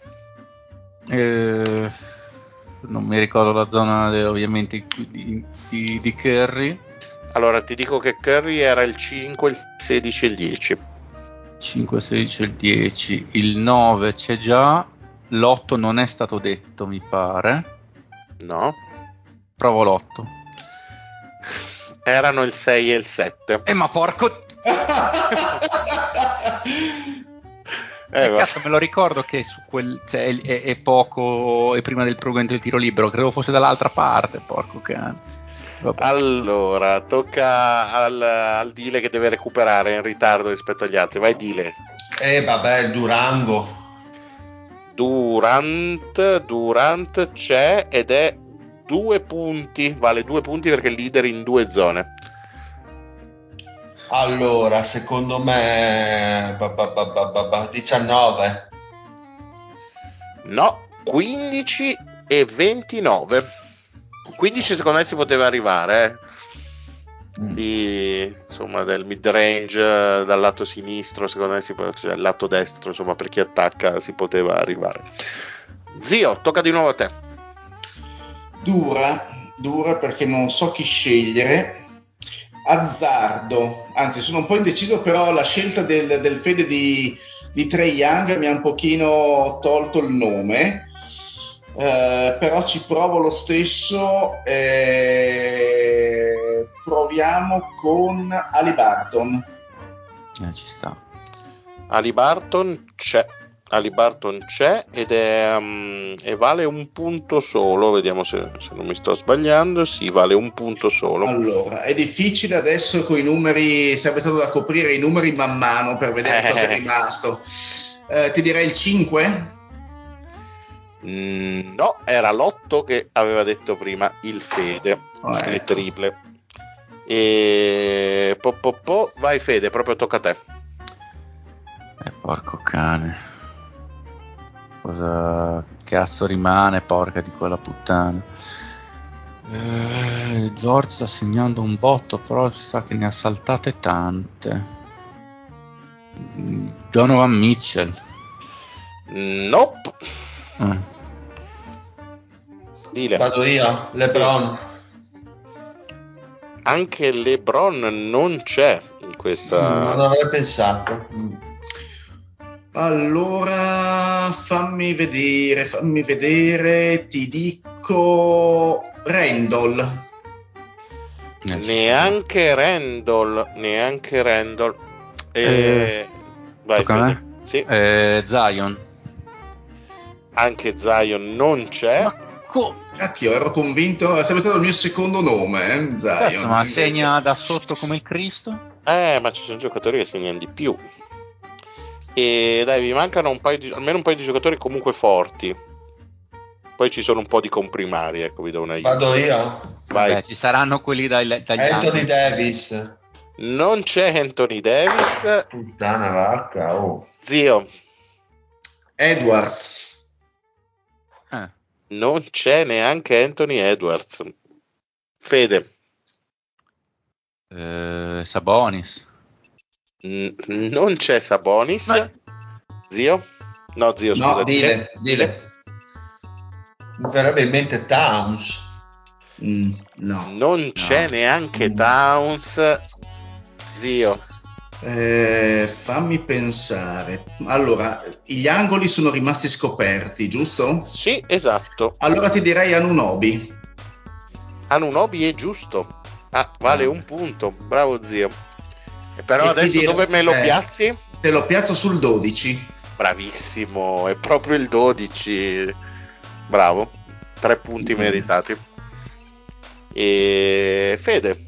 Eh, non mi ricordo la zona de- ovviamente di, di, di Curry. Allora ti dico che Curry era il cinque, il sedici e il dieci. cinque, sedici e il dieci. Il nove c'è già. L'otto non è stato detto, mi pare. No? Provo l'otto. Erano il sei e il sette. Eh, ma porco. Eh, Eh, va. cazzo, me lo ricordo che su quel cioè, è, è- è poco è prima del prolungamento del tiro libero, credevo fosse dall'altra parte, porco cane. Vabbè. Allora, tocca al, al Dile che deve recuperare in ritardo rispetto agli altri. Vai Dile. E vabbè, il Durango. Durant, Durant c'è ed è due punti, vale due punti perché è leader in due zone. Allora, secondo me ba, ba, ba, ba, ba, ba, diciannove. No, quindici e ventinove. quindici secondo me si poteva arrivare, eh. Mm. Di, insomma, del mid range eh, dal lato sinistro, secondo me si può, cioè, il lato destro, insomma, per chi attacca si poteva arrivare. Zio, tocca di nuovo a te. Dura, dura perché non so chi scegliere. Azzardo, anzi sono un po' indeciso, però la scelta del, del Fede di, di Trae Young mi ha un pochino tolto il nome, eh, però ci provo lo stesso. Eh, proviamo con Haliburton. Eh, ci sta. Haliburton c'è. Haliburton c'è ed è um, e vale un punto solo. Vediamo se, se non mi sto sbagliando. Sì, vale un punto solo. Allora, è difficile adesso con i numeri, sarebbe stato da coprire i numeri man mano per vedere Eh. cosa è rimasto. Eh, ti direi il cinque? Mm, no, era l'otto che aveva detto prima il Fede, Oh, ecco. le triple. E po, po, po. Vai Fede, proprio tocca a te. Eh, porco cane. Cosa cazzo rimane, porca di quella puttana. Eh, George sta segnando un botto, però si sa che ne ha saltate tante. Donovan Mitchell. Nope. Mm. Dile. Vado io, LeBron. Sì. Anche LeBron non c'è in questa. Mm, non avrei pensato. Allora fammi vedere, fammi vedere, ti dico Randall. Neanche Randall, neanche Randall. E... Eh, Vai tocca a Fede. me? Sì. Eh, Zion. Anche Zion non c'è. Ma co- Cacchio, ero convinto, è sempre stato il mio secondo nome, eh, Zion. Cazzo, ma invece- segna da sotto come il Cristo? Eh, ma ci sono giocatori che segnano di più. E dai, vi mancano un paio di, almeno un paio di giocatori comunque forti. Poi ci sono un po' di comprimari, ecco, vi do un aiuto. Vado io. Vai. Vabbè, ci saranno quelli dai, dagli Anthony angoli. Davis. Non c'è Anthony Davis. Puttana vacca, oh. Zio, Edwards. Eh. non c'è neanche Anthony Edwards. Fede, Eh, Sabonis. n- non c'è Sabonis. Ma- Zio? No, zio, scusa. No, dile, dile. Mi verrebbe in mente Towns. Mm, no. Non c'è No. neanche Mm. Towns. Zio. Eh, fammi pensare. Allora, gli angoli sono rimasti scoperti, giusto? Sì, esatto. Allora ti direi Anunoby. Anunoby è giusto. Ah, vale Ah. un punto. Bravo zio. E però E ti adesso direi- dove me lo eh. piazzi? Te lo piazzo sul dodici. Bravissimo, è proprio il dodici. Bravo. Tre punti Mm. meritati. E Fede.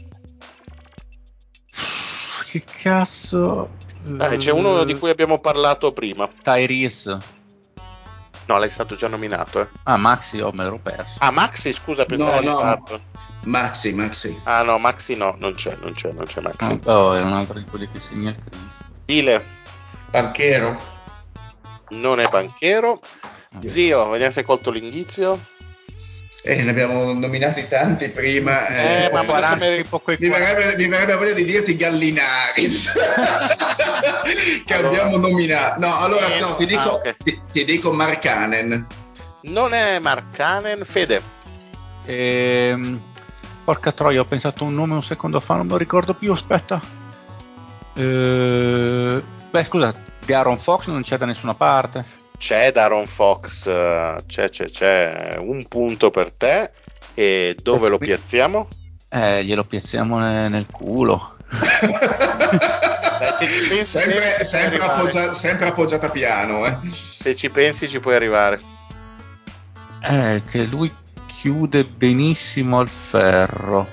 Che cazzo? Dai, c'è uno di cui abbiamo parlato prima. Tyrese. No, l'hai stato già nominato, eh. Ah, Maxi, oh, me l'ero perso. Ah, Maxi, scusa, pensavo No, di no. farlo. Maxi, Maxi. Ah, no, Maxi no, non c'è, non c'è, non c'è Maxi. Oh, è un altro di quelli che segna il Cristo. Dile, Banchero. non è banchero. Zio, vediamo se hai colto l'indizio. Eh, ne abbiamo nominati tanti prima. Eh, eh, ma quaranta, mi- tipo quei mi, quaranta. verrebbe, mi verrebbe voglia di dirti Gallinaris che Allora- abbiamo nominato. No, allora Eh, no, ti dico, ah, ok. ti, ti dico Markkanen. Non è Markkanen. Fede. Ehm, porca troia, ho pensato a un nome un secondo fa, non me lo ricordo più, aspetta. Eh, beh, scusa, De'Aaron Fox non c'è da nessuna parte. C'è Daron Fox, eh, c'è, c'è, c'è un punto per te. E dove lo piazziamo? Eh, glielo piazziamo ne- nel culo. Beh, se ci pensi bene, sempre, ci sempre, puoi arrivare. appoggia- sempre appoggiata piano. Eh. Se ci pensi ci puoi arrivare. Eh, che lui chiude benissimo al ferro.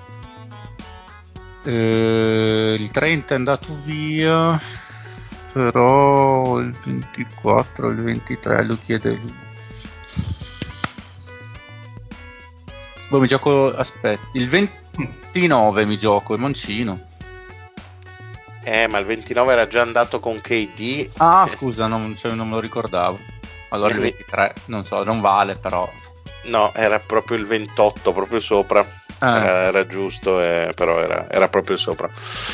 Eh, il trenta è andato via, però il ventiquattro, il ventitré lo chiede lui. Boh, mi gioco, aspetta, il ventinove mi gioco, il mancino. Eh, ma il ventinove era già andato con K D. Ah, Eh, scusa, non, cioè, non me lo ricordavo. Allora il Il- ventitré, non so, non vale però. No, era proprio il ventotto, proprio sopra. Ah. Era, era giusto, eh, però era, era proprio sopra.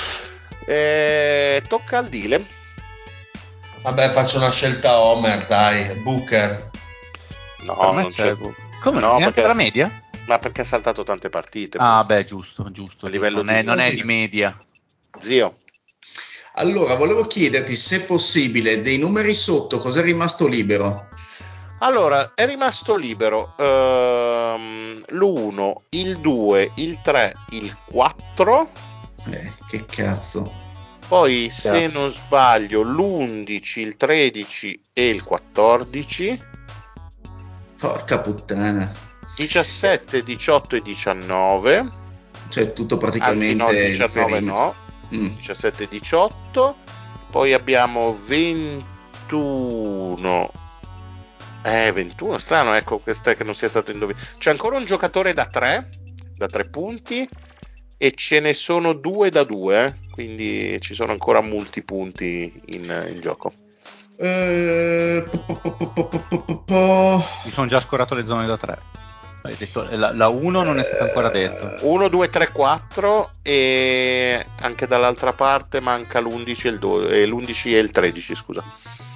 Eh, tocca al Dile. Vabbè, faccio una scelta Homer, dai. Booker. No, Per me non c'è. c'è. Come No, neanche perché- la media? Ma perché ha saltato tante partite? Ah, beh, giusto, giusto. A giusto. livello Non, di è, non è punti. di media. Zio. Allora, volevo chiederti se possibile dei numeri sotto cosa è rimasto libero. Allora, è rimasto libero ehm, l'uno, il due, il tre, il quattro. Eh, che cazzo. Poi, se non sbaglio, l'undici, il tredici e il quattordici. Porca puttana. diciassette, diciotto e diciannove. Cioè tutto praticamente Anzi no, il il diciannove perimetro. no. Mm. diciassette e diciotto. Poi abbiamo ventuno Eh, ventuno, strano, ecco, questa che non sia stato indovinato. C'è ancora un giocatore da tre, da tre punti, e ce ne sono due da due, eh? Quindi ci sono ancora molti punti in, in gioco. Eh, po, po, po, po, po, po, po. Mi sono già scorato le zone da tre. Hai detto, la uno non è stato ancora detto. uno, due, tre, quattro, e anche dall'altra parte manca l'undici e il dodici, e l'undici e il tredici, scusa.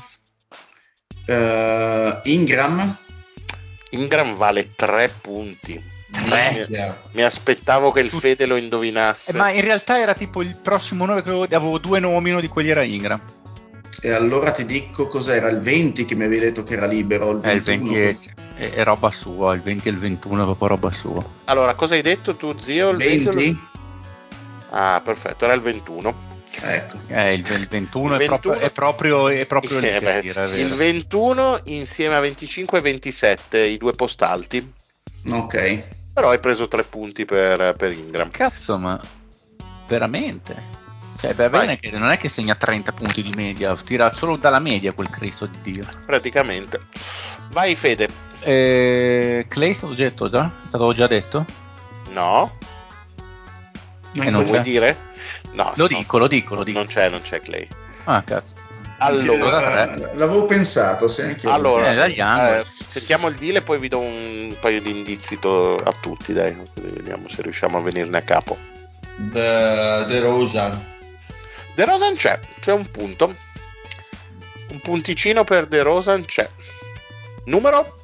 Uh, Ingram. Ingram vale tre punti. tre? Mi, mi aspettavo che il Fede lo indovinasse. Eh, ma in realtà era tipo il prossimo nome, che avevo due nomi, uno di quelli era Ingram. E allora ti dico cos'era, il venti che mi avevi detto che era libero, il ventuno. Eh, il venti è, è roba sua, il venti e il ventuno è proprio roba sua. Allora, cosa hai detto tu, zio? Il venti? venti? Ah, perfetto, era il ventuno. Ecco. Eh, il, il ventuno, il è proprio, è proprio, è proprio eh, lì, beh, dire, è il ventuno insieme a venticinque e ventisette, i due post alti. Ok. Però hai preso tre punti per, per Ingram. Cazzo, ma veramente? Cioè, va bene che non è che segna trenta punti di media, tira solo dalla media quel Cristo di Dio. Praticamente. Vai, Fede. Eh, Clay è stato detto già? È stato già detto? No. E lo non vuoi c'è? dire? No, Lo no, dico, lo dico, lo dico. Non c'è, non c'è Clay. Ah, cazzo. Allora, eh, l'avevo pensato, se anche allora eh, dagli angoli. eh, sentiamo il deal e poi vi do un paio di indizi to- a tutti, dai, vediamo se riusciamo a venirne a capo. De, De Rosa. De Rosan c'è, c'è un punto. Un punticino per De Rosan c'è. Numero?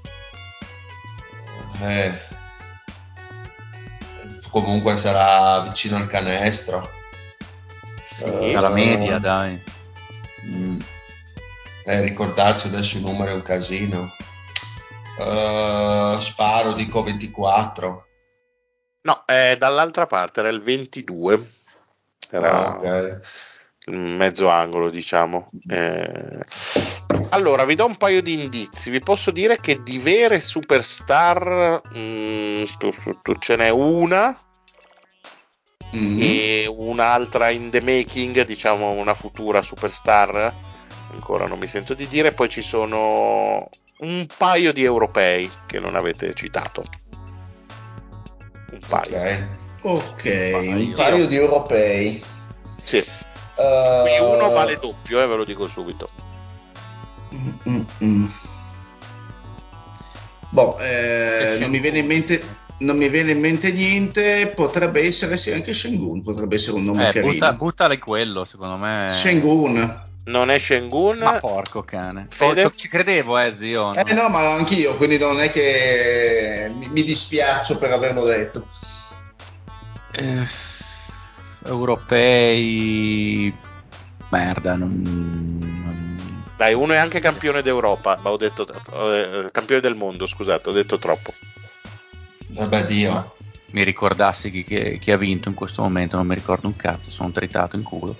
Eh, comunque sarà vicino al canestro. Sì. Alla media, dai. Mm. Eh, ricordarsi adesso i numeri è un casino. Uh, sparo, dico ventiquattro. No, è dall'altra parte, era il ventidue. Era Ah, okay. mezzo angolo, diciamo. Eh, allora, vi do un paio di indizi. Vi posso dire che di vere superstar mh, ce n'è una Mm-hmm. e un'altra in the making, diciamo una futura superstar. Ancora non mi sento di dire. Poi ci sono un paio di europei che non avete citato. Un paio. Ok, Ok, un Io. paio di europei. Sì. Uh, Qui uno vale doppio, eh, ve lo dico subito. Mm, mm, mm. Boh, eh, non mi viene in mente. Non mi viene in mente niente. Potrebbe essere sì, anche Sengun. Potrebbe essere un nome Eh, carino. butta, buttale quello, secondo me. Sengun. Non è Sengun. Ma porco cane. Fede? Oh, ci credevo, eh, zio. Eh no, ma anch'io, quindi non è che mi, mi dispiaccio per averlo detto. Eh, europei. Merda, non, non... Dai, uno è anche campione d'Europa, ma ho detto eh, campione del mondo, scusate, ho detto troppo. vabbè Dio. Mi ricordassi chi, chi, chi ha vinto in questo momento, non mi ricordo un cazzo, sono tritato in culo.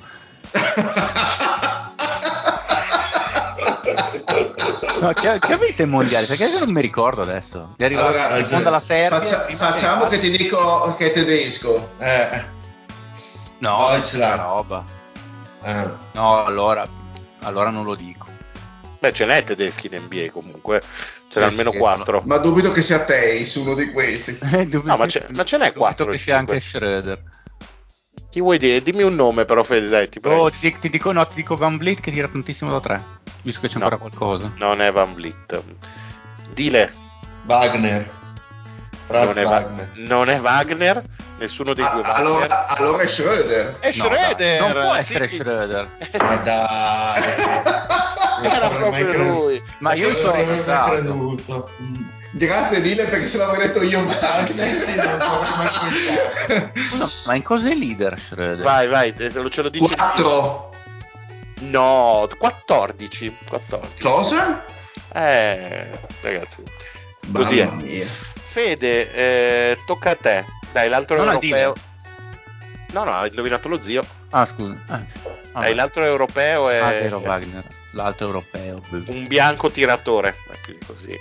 No, che, che avete i mondiali? Perché io non mi ricordo adesso. È arrivato Allora, in fondo alla Serbia. faccia, facciamo che ti dico che è tedesco. Eh. No, Deutschland. questa roba. Eh. No, allora, allora non lo dico. Beh, ce n'è tedeschi in N B A comunque, ce n'è Sì, almeno sì, quattro. Ma dubito che sia Teis uno di questi. No, ma ce, ma ce n'è quattro. Che sia anche Schroeder. Chi vuoi dire? Dimmi un nome però, Fede, dai, ti prego. Oh, ti, ti dico, no, ti dico Van Vliet che tira tantissimo da tre, visto che c'è No, ancora qualcosa. Non è Van Vliet. Dile. Wagner. Franz Non è, Wagner. non è Wagner, nessuno dei Ah, due Wagner. allora, allora è Schroeder. È No, dai, Schroeder. non può sì, essere sì. Schroeder. Ma dai. Non ci Era avrei mai proprio creduto. lui. Ma io Non ci ci ho avrei mai pensato. creduto. Grazie Dile perché se l'avrei detto io. Ah, sì, sì, non ci avrei mai pensato. Scusa, ma in cosa è leader Schroeder? Vai, vai, te lo- ce lo dici. quattro. No, quattordici. quattordici. Cosa? Eh, ragazzi. Così Mamma è. mia. Fede, eh, tocca a te. Dai, l'altro Non al europeo. No, no, hai indovinato lo zio. Ah, scusa. Eh, Dai, l'altro europeo è Ah, vero, Wagner. L'altro europeo. un bianco tiratore. È più di così.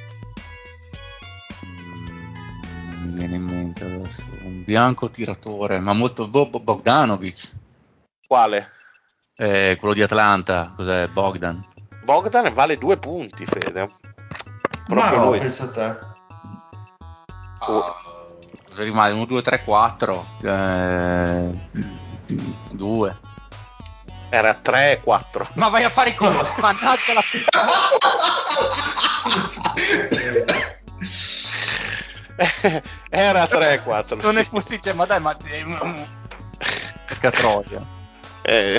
Mm, mi viene in mente adesso. Un bianco tiratore, ma molto Bo- Bo- Bogdanovic. Quale? Eh, quello di Atlanta, cos'è? Bogdan. Bogdan vale due punti, Fede. Ma no, lui. pensa a te. Oh. Rimane uno, due, tre, quattro due Era tre e quattro. Ma vai a fare i culo. Mannaggia la Era tre e quattro. Non sì. è possibile, ma dai, ma che troia. Eh.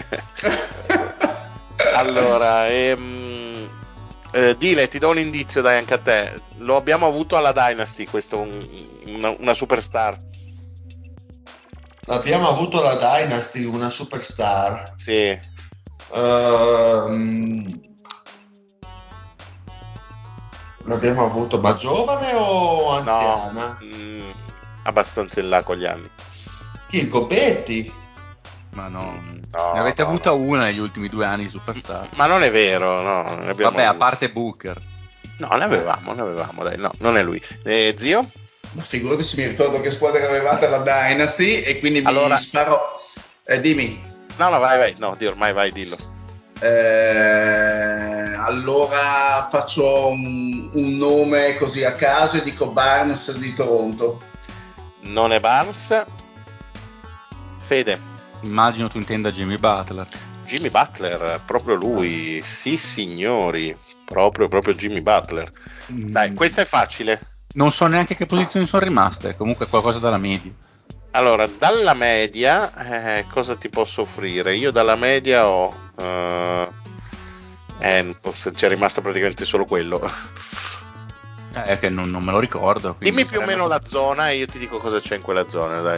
Allora, ehm, eh, Dile, ti do un indizio, dai, anche a te. Lo abbiamo avuto alla Dynasty, questo un, una, una superstar. L'abbiamo avuto la Dynasty, una superstar. Sì. Ehm, l'abbiamo avuto, ma giovane o anziana? No, mh, abbastanza in là con gli anni. Chi, il Gobetti? Ma no, No, ne avete no, avuta no. una negli ultimi due anni di Superstar. Ma non è vero, no. Ne abbiamo Vabbè, a avuto. parte Booker. No, ne avevamo, ne avevamo, dai, no, non è lui. Eh, zio? Ma figurati se mi ricordo che squadra avevate la Dynasty e quindi Allora- mi sparo. Eh, dimmi. No, no, vai, vai, no, di ormai vai, dillo. Eh, allora faccio un, un nome così a caso e dico Barnes di Toronto. Non è Barnes. Fede. Immagino tu intenda Jimmy Butler. Jimmy Butler, proprio lui, sì signori, proprio, proprio Jimmy Butler. Dai, Mm, questa è facile. Non so neanche che posizioni sono rimaste. Comunque qualcosa dalla media. Allora, dalla media, eh, cosa ti posso offrire? Io dalla media ho... eh, eh, c'è rimasta praticamente solo quello. Eh, che non, non me lo ricordo. quindi Dimmi più o sarebbe- meno la zona e io ti dico cosa c'è in quella zona, dai.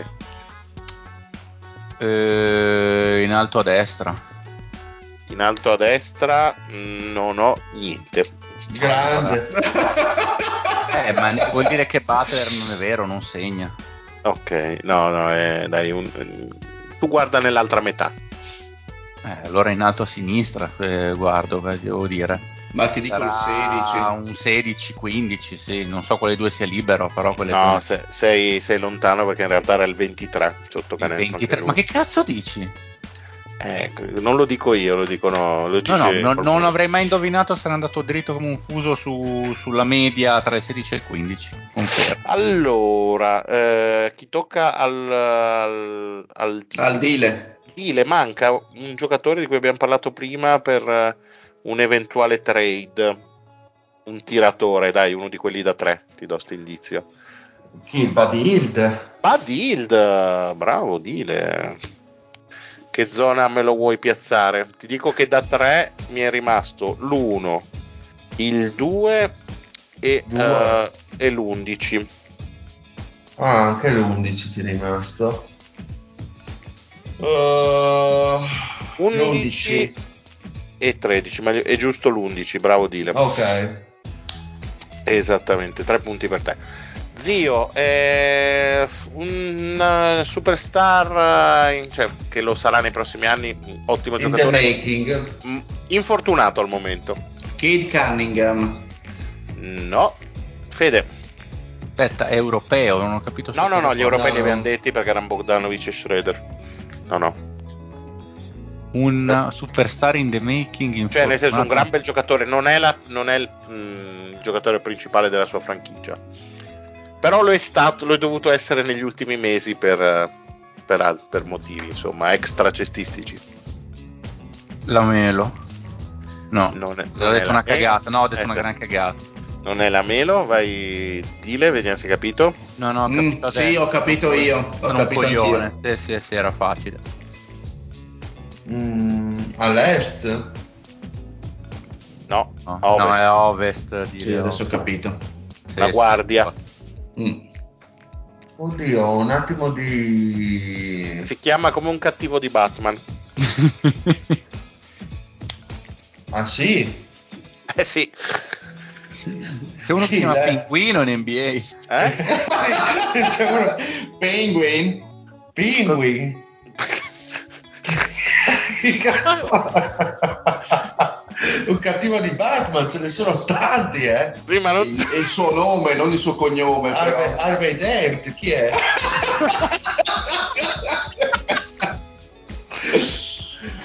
Eh, in alto a destra. In alto a destra mh, non ho niente. Grande. Eh, ma ne- vuol dire che Butler non è vero, non segna. Ok, no, no, eh, dai, un, tu guarda nell'altra metà. Eh, allora in alto a sinistra, eh, guardo, eh, devo dire. Ma ti dico Sarà il sedici. un sedici quindici, sì, non so quale due sia libero, però quelle No, zone- se- sei, sei lontano perché in realtà era il ventitré sotto il canestro. anche ventitré. lui. Ma che cazzo dici? Eh, non lo dico io, lo dicono. Lo No, dice no, non, qualcuno. non avrei mai indovinato, sarei andato dritto come un fuso su- sulla media tra il sedici e il quindici. Confermo. Allora, eh, chi tocca al, al, al Al Dile. Dile, manca un giocatore di cui abbiamo parlato prima per eh, un eventuale trade, un tiratore, dai, uno di quelli da tre, ti do sto indizio. Chi, il Buddy Hield? Buddy Hield, bravo Dile. Che zona me lo vuoi piazzare? Ti dico che da tre mi è rimasto l'uno, il due e, Due. eh, e l'undici. Ah, anche l'undici ti è rimasto. Uh, undici e tredici, ma è giusto l'undici, bravo Dile. Ok. Esattamente, tre punti per te. Zio, eh, un uh, superstar, eh, cioè, che lo sarà nei prossimi anni, ottimo In the giocatore, making. m- infortunato al momento. Cade Cunningham. No, Fede. Aspetta, è europeo, non ho capito. No, sto no, no, cosa gli qua. europei li no. abbiamo detti perché erano Bogdanovic e Schroeder. No, no. Un superstar in the making. Cioè, nel senso, un infortunato. gran bel giocatore, non è, la, non è il, mm, il giocatore principale della sua franchigia. Però lo è stato, lo è dovuto essere negli ultimi mesi per, eh, per, al- per motivi, insomma, extra cestistici. La Melo. No, Non è, ho non è detto la una Melo. cagata. No, ho detto Eh, una per- gran cagata. Non è la Melo, vai, dile, vediamo se hai capito. No, no, ho Mm, capito sì, adesso. ho capito Sono un io, co- ho sono un capito coglione. anch'io. Sì, sì, sì, era facile. Mm, all'est? No, No, a ovest. no, è a ovest. Sì, Dire adesso ho ovest. capito. Sì, La sì. guardia. Mm. Oddio, un attimo di... Si chiama come un cattivo di Batman. Ah sì? Eh sì. C'è uno che si Chi chiama l'è? Pinguino in N B A. Eh? Sì, c'è uno- Penguin. Penguin? Che cazzo? Un cattivo di Batman, ce ne sono tanti, eh? Sì, ma non... È il suo nome, non il suo cognome. Harvey, Però. Harvey Dent, chi è?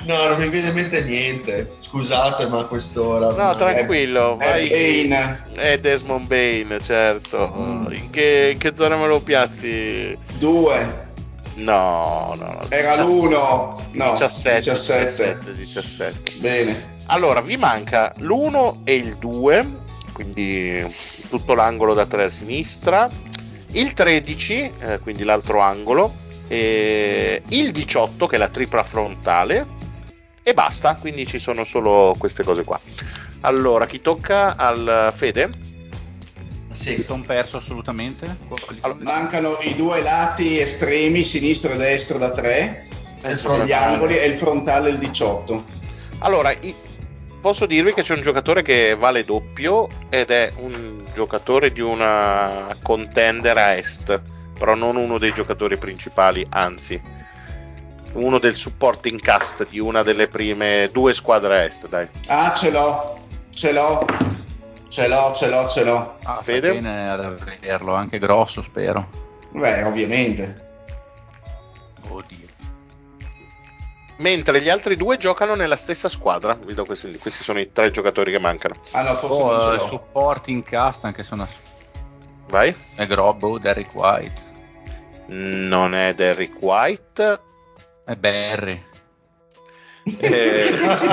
No, non mi viene in mente niente. Scusate, ma a quest'ora. No, tranquillo, è, vai. È Bane. È Desmond Bane, certo. Mm. In, che, in che zona me lo piazzi? Due. No, no, no. Era l'uno. No, diciassette, diciassette. diciassette, diciassette. Bene. Allora, vi manca l'uno e il due, quindi tutto l'angolo da tre a sinistra, il tredici, eh, quindi l'altro angolo, e il diciotto, che è la tripla frontale, e basta, quindi ci sono solo queste cose qua. Allora, chi tocca? Al Fede? Sì. Sono perso assolutamente. Allora, mancano i due lati estremi, sinistro e destro da tre, e gli angoli e il frontale il diciotto. Allora, i, posso dirvi che c'è un giocatore che vale doppio ed è un giocatore di una contender a est, però non uno dei giocatori principali, anzi uno del supporting cast di una delle prime due squadre a est, dai. Ah, ce l'ho, ce l'ho. Ce l'ho, ce l'ho, ce l'ho. Ah, Fede? Fa bene ad averlo, anche grosso, spero. Beh, ovviamente. Oddio. Mentre gli altri due giocano nella stessa squadra. Vi do questi, questi sono i tre giocatori che mancano. Ah no, forse oh, non ce l'ho. Supporting cast, anche se una... Vai. È Grobbo, Derrick White. Non è Derrick White. È Barry. Eh...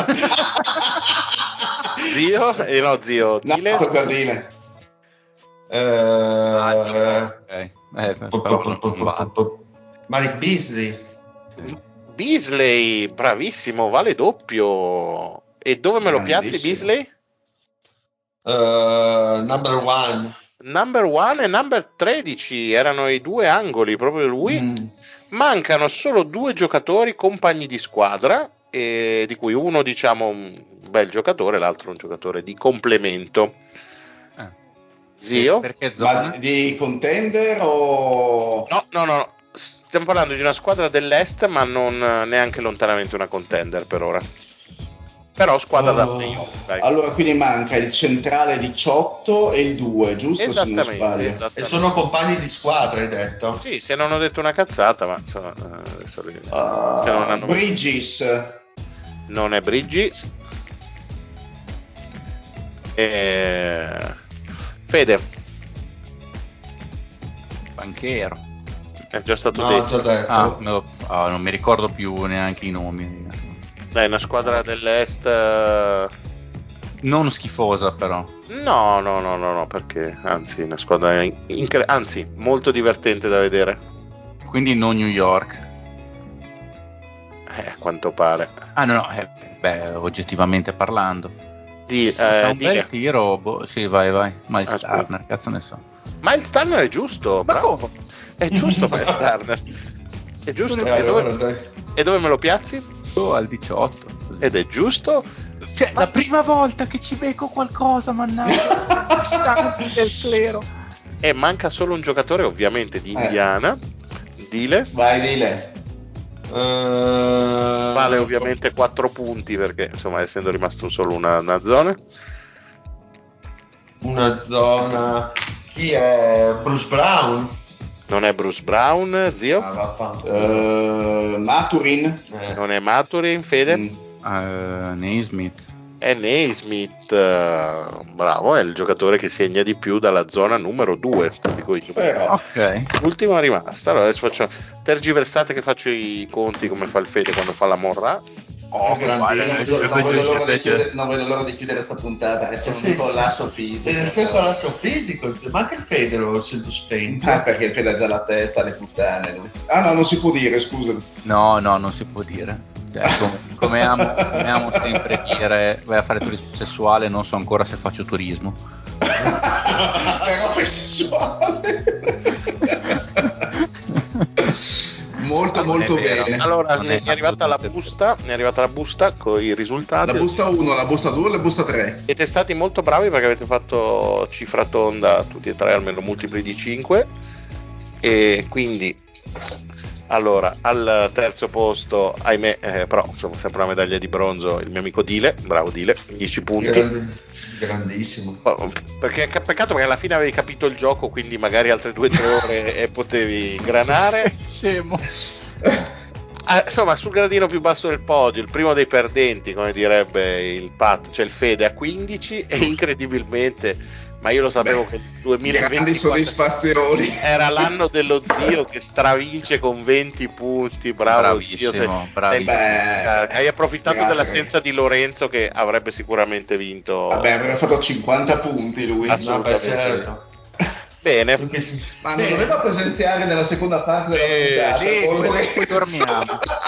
Zio? Eh, no, zio. No, Dile. per dire. Eh, Malik Beasley. Sì. Beasley, bravissimo, vale doppio. E dove me lo piazzi, Beasley? Uh, number one. Number one e number tredici erano i due angoli, proprio lui. Mm. Mancano solo due giocatori compagni di squadra, e di cui uno diciamo un bel giocatore, l'altro un giocatore di complemento. Eh. Zio? Perché zona? Ma di contender o... No, no, no, stiamo parlando di una squadra dell'est, ma non neanche lontanamente una contender per ora. Però squadra oh, da playoff, dai. Allora quindi manca il centrale diciotto e il due, giusto? Se non sbaglio. E sono compagni di squadra, hai detto? Sì, se non ho detto una cazzata, ma insomma, adesso li, uh, se non hanno... Bridges. Non è Bridges. E... Fede. Banchero. È già stato no, detto. Già detto. Ah, no, oh, non mi ricordo più neanche i nomi. Dai, una squadra dell'est uh... non schifosa però. No, no, no, no, no, perché anzi, una squadra incre- anzi, molto divertente da vedere. Quindi non New York. Eh, a quanto pare. Ah no, no, eh, beh, oggettivamente parlando. Sì, c'è eh, un bel tiro, boh, sì, vai, vai. Miles ah, Turner, cazzo ne so. Miles Turner è giusto, ma bravo. come? È giusto Miles Turner. È giusto. E dove, e dove me lo piazzi? Oh, al diciotto. Ed è giusto? Cioè, ma... la prima volta che ci becco qualcosa, mannaggia. del clero. E manca solo un giocatore, ovviamente, di Indiana. Eh. Dile. Vai, Dile. Uh... Vale ovviamente quattro punti perché, insomma, essendo rimasto solo una, una zona. Una zona. Chi è? Bruce Brown? Non è Bruce Brown, zio? Ah, uh, Maturin. Eh. Non è Maturin, Fede? Mm. Uh, Naismith. È Naismith, uh, bravo, è il giocatore che segna di più dalla zona numero due. Ok. L'ultima rimasta. Allora adesso faccio tergiversate che faccio i conti come fa il Fede quando fa la morra. Oh, grandissimo! Non, non, non, non vedo l'ora di chiudere sta puntata. C'è sì, un collasso fisico. C'è un collasso fisico, ma anche il Fede lo sento spento. Ah, perché il Fede ha già la testa alle puttane. Lui. Ah no, non si può dire, scusami. No, no, non si può dire. Cioè, come, come, amo, come amo sempre dire, vai a fare turismo sessuale, non so ancora se faccio turismo. Però fai sessuale. Molto non molto vero, bene. Allora ne è, è arrivata la busta, ne è arrivata la busta con i risultati. La busta uno, la busta due e la busta tre. Siete stati molto bravi perché avete fatto cifra tonda tutti e tre, almeno multipli di cinque. E quindi allora al terzo posto, ahimè, eh, però insomma sempre una medaglia di bronzo, il mio amico Dile, bravo Dile, dieci punti. Grandi. Grandissimo, perché peccato perché alla fine avevi capito il gioco, quindi magari altre due o tre ore e potevi ingranare. Scemo. Ah, insomma, sul gradino più basso del podio, il primo dei perdenti, come direbbe il Pat, cioè il Fede a quindici, e incredibilmente, ma io lo sapevo Beh, che il duemilaventiquattro grandi soddisfazioni. era l'anno dello zio che stravince con venti punti. Bravo Bravissimo, zio, se, bravissimo. Beh, hai approfittato grazie. dell'assenza di Lorenzo che avrebbe sicuramente vinto. Vabbè, avrebbe fatto cinquanta punti lui. Assolutamente. No, beh, certo. Bene. Si... Ma non Bene. doveva presenziare nella seconda parte della Eh, puntata? sì, o quella lo- in cui dormiamo.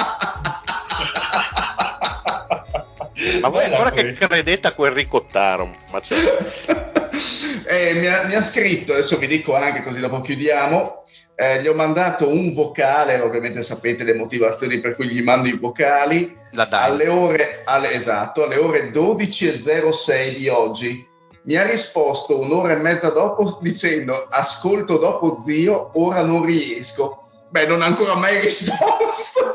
Ma voi Bella ancora che questa. credete a quel ricottaro? Ma c'è... Eh, mi, ha, mi ha scritto, adesso vi dico anche così dopo chiudiamo, eh, gli ho mandato un vocale, ovviamente sapete le motivazioni per cui gli mando i vocali, La dai. alle ore, alle, esatto, alle ore dodici e zero sei di oggi. Mi ha risposto un'ora e mezza dopo dicendo ascolto dopo zio, ora non riesco. Beh, non ha ancora mai risposto.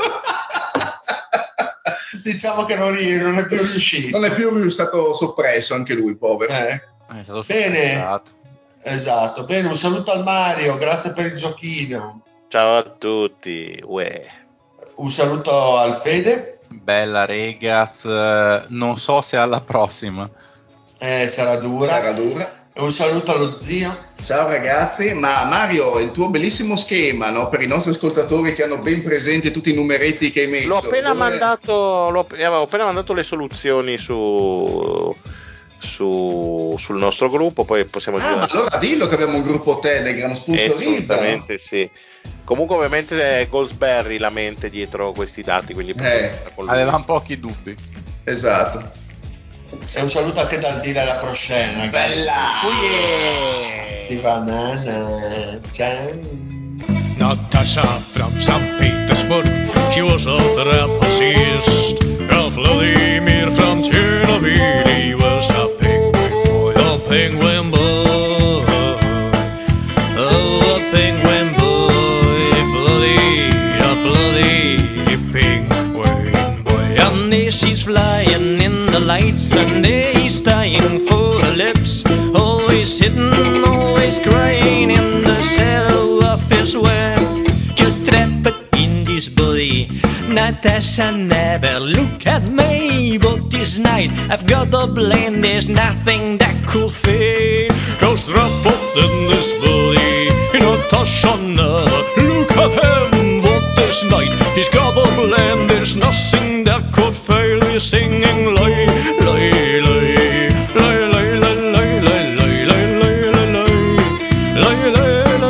Diciamo che non, ri- non è più riuscito. Non è più stato soppresso anche lui, povero. Eh. È stato Bene, soppressato. esatto. Bene, un saluto al Mario, grazie per il giochino. Ciao a tutti. Uè. Un saluto al Fede. Bella Regaz, eh, non so se alla prossima. Eh, sarà dura. Sarà dura. E un saluto allo zio. Ciao ragazzi, ma Mario, il tuo bellissimo schema, no, per i nostri ascoltatori che hanno ben presenti tutti i numeretti che hai messo. L'ho appena dove- mandato, l'ho, avevo appena mandato le soluzioni su, su sul nostro gruppo, poi possiamo Ah, ma allora dillo che abbiamo un gruppo Telegram, sponsorizza. Assolutamente sì. Comunque ovviamente è Goldsberry la mente dietro questi dati, quindi Eh, con lui. Avevamo pochi dubbi. Esatto. E un saluto anche dal dire alla prochaine, ragazzi. Bella! Si va, nana. Ciao. Natasha from Saint Petersburg, she was a trapezist. Vladimir from Chernobyl, he was a penguin boy, a penguin boy. Oh, a penguin boy, bloody, a bloody penguin boy. And there she's flying in the lights, and there he's dying for her lips. Always hidden, always crying in the shadow of his web. Just trapped in this body. Natasha, never look at me. But this night I've got a blame. There's nothing that could fade. Cause trapped in this body. Natasha, never look at him. But this night he's got a blame. There's nothing that could fail. He's singing lay, lay, lay, lay, lay, lay, lay, lay, lay, lay, lay, lay, lay.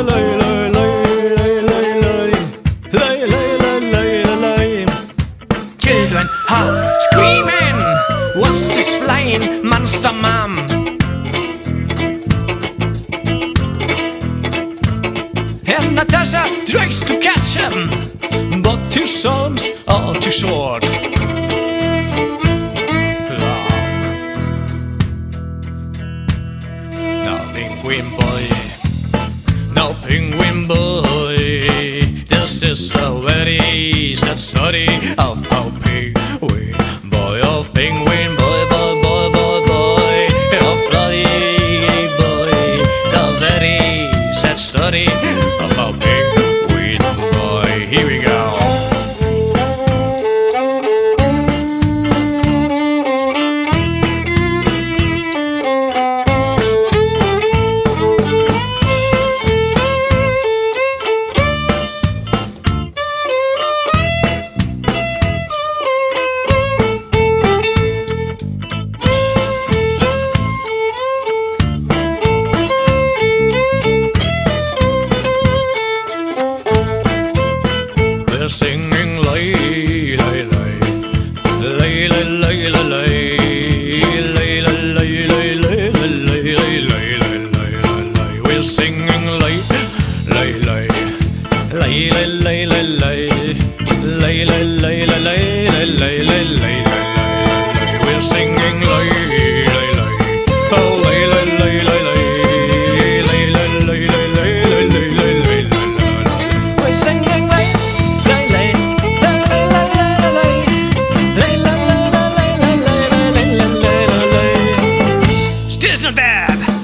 Children are screaming. What's this flying monster, mom? And Natasha tries to catch him, but his arms are too short. Now, penguin boy, now penguin boy, this is the very sad story of how penguin boy, of penguin boy, boy, boy, boy, boy, of bloody boy, the very sad story of how penguin boy. Here we go. They're singing lay, lay, lay, lay, lay, lay, lay, lay, lay, lay, lay, lay, lay, lay, lay, lay, lay, lay, lay. We're singing lay, lay, lay, lay, lay, lay, lay, lay, lay, lay, lay, lay, lay, lay, lay, lay, lay. We're singing lay, lay, lay, oh lay, lay, lay, lay, lay, lay, lay, lay, lay, lay, lay, lay, lay, lay. We're singing lay, lay, lay, lay, lay, lay, lay, lay, lay, lay, lay, lay, lay, lay, lay, lay, lay. Still not bad.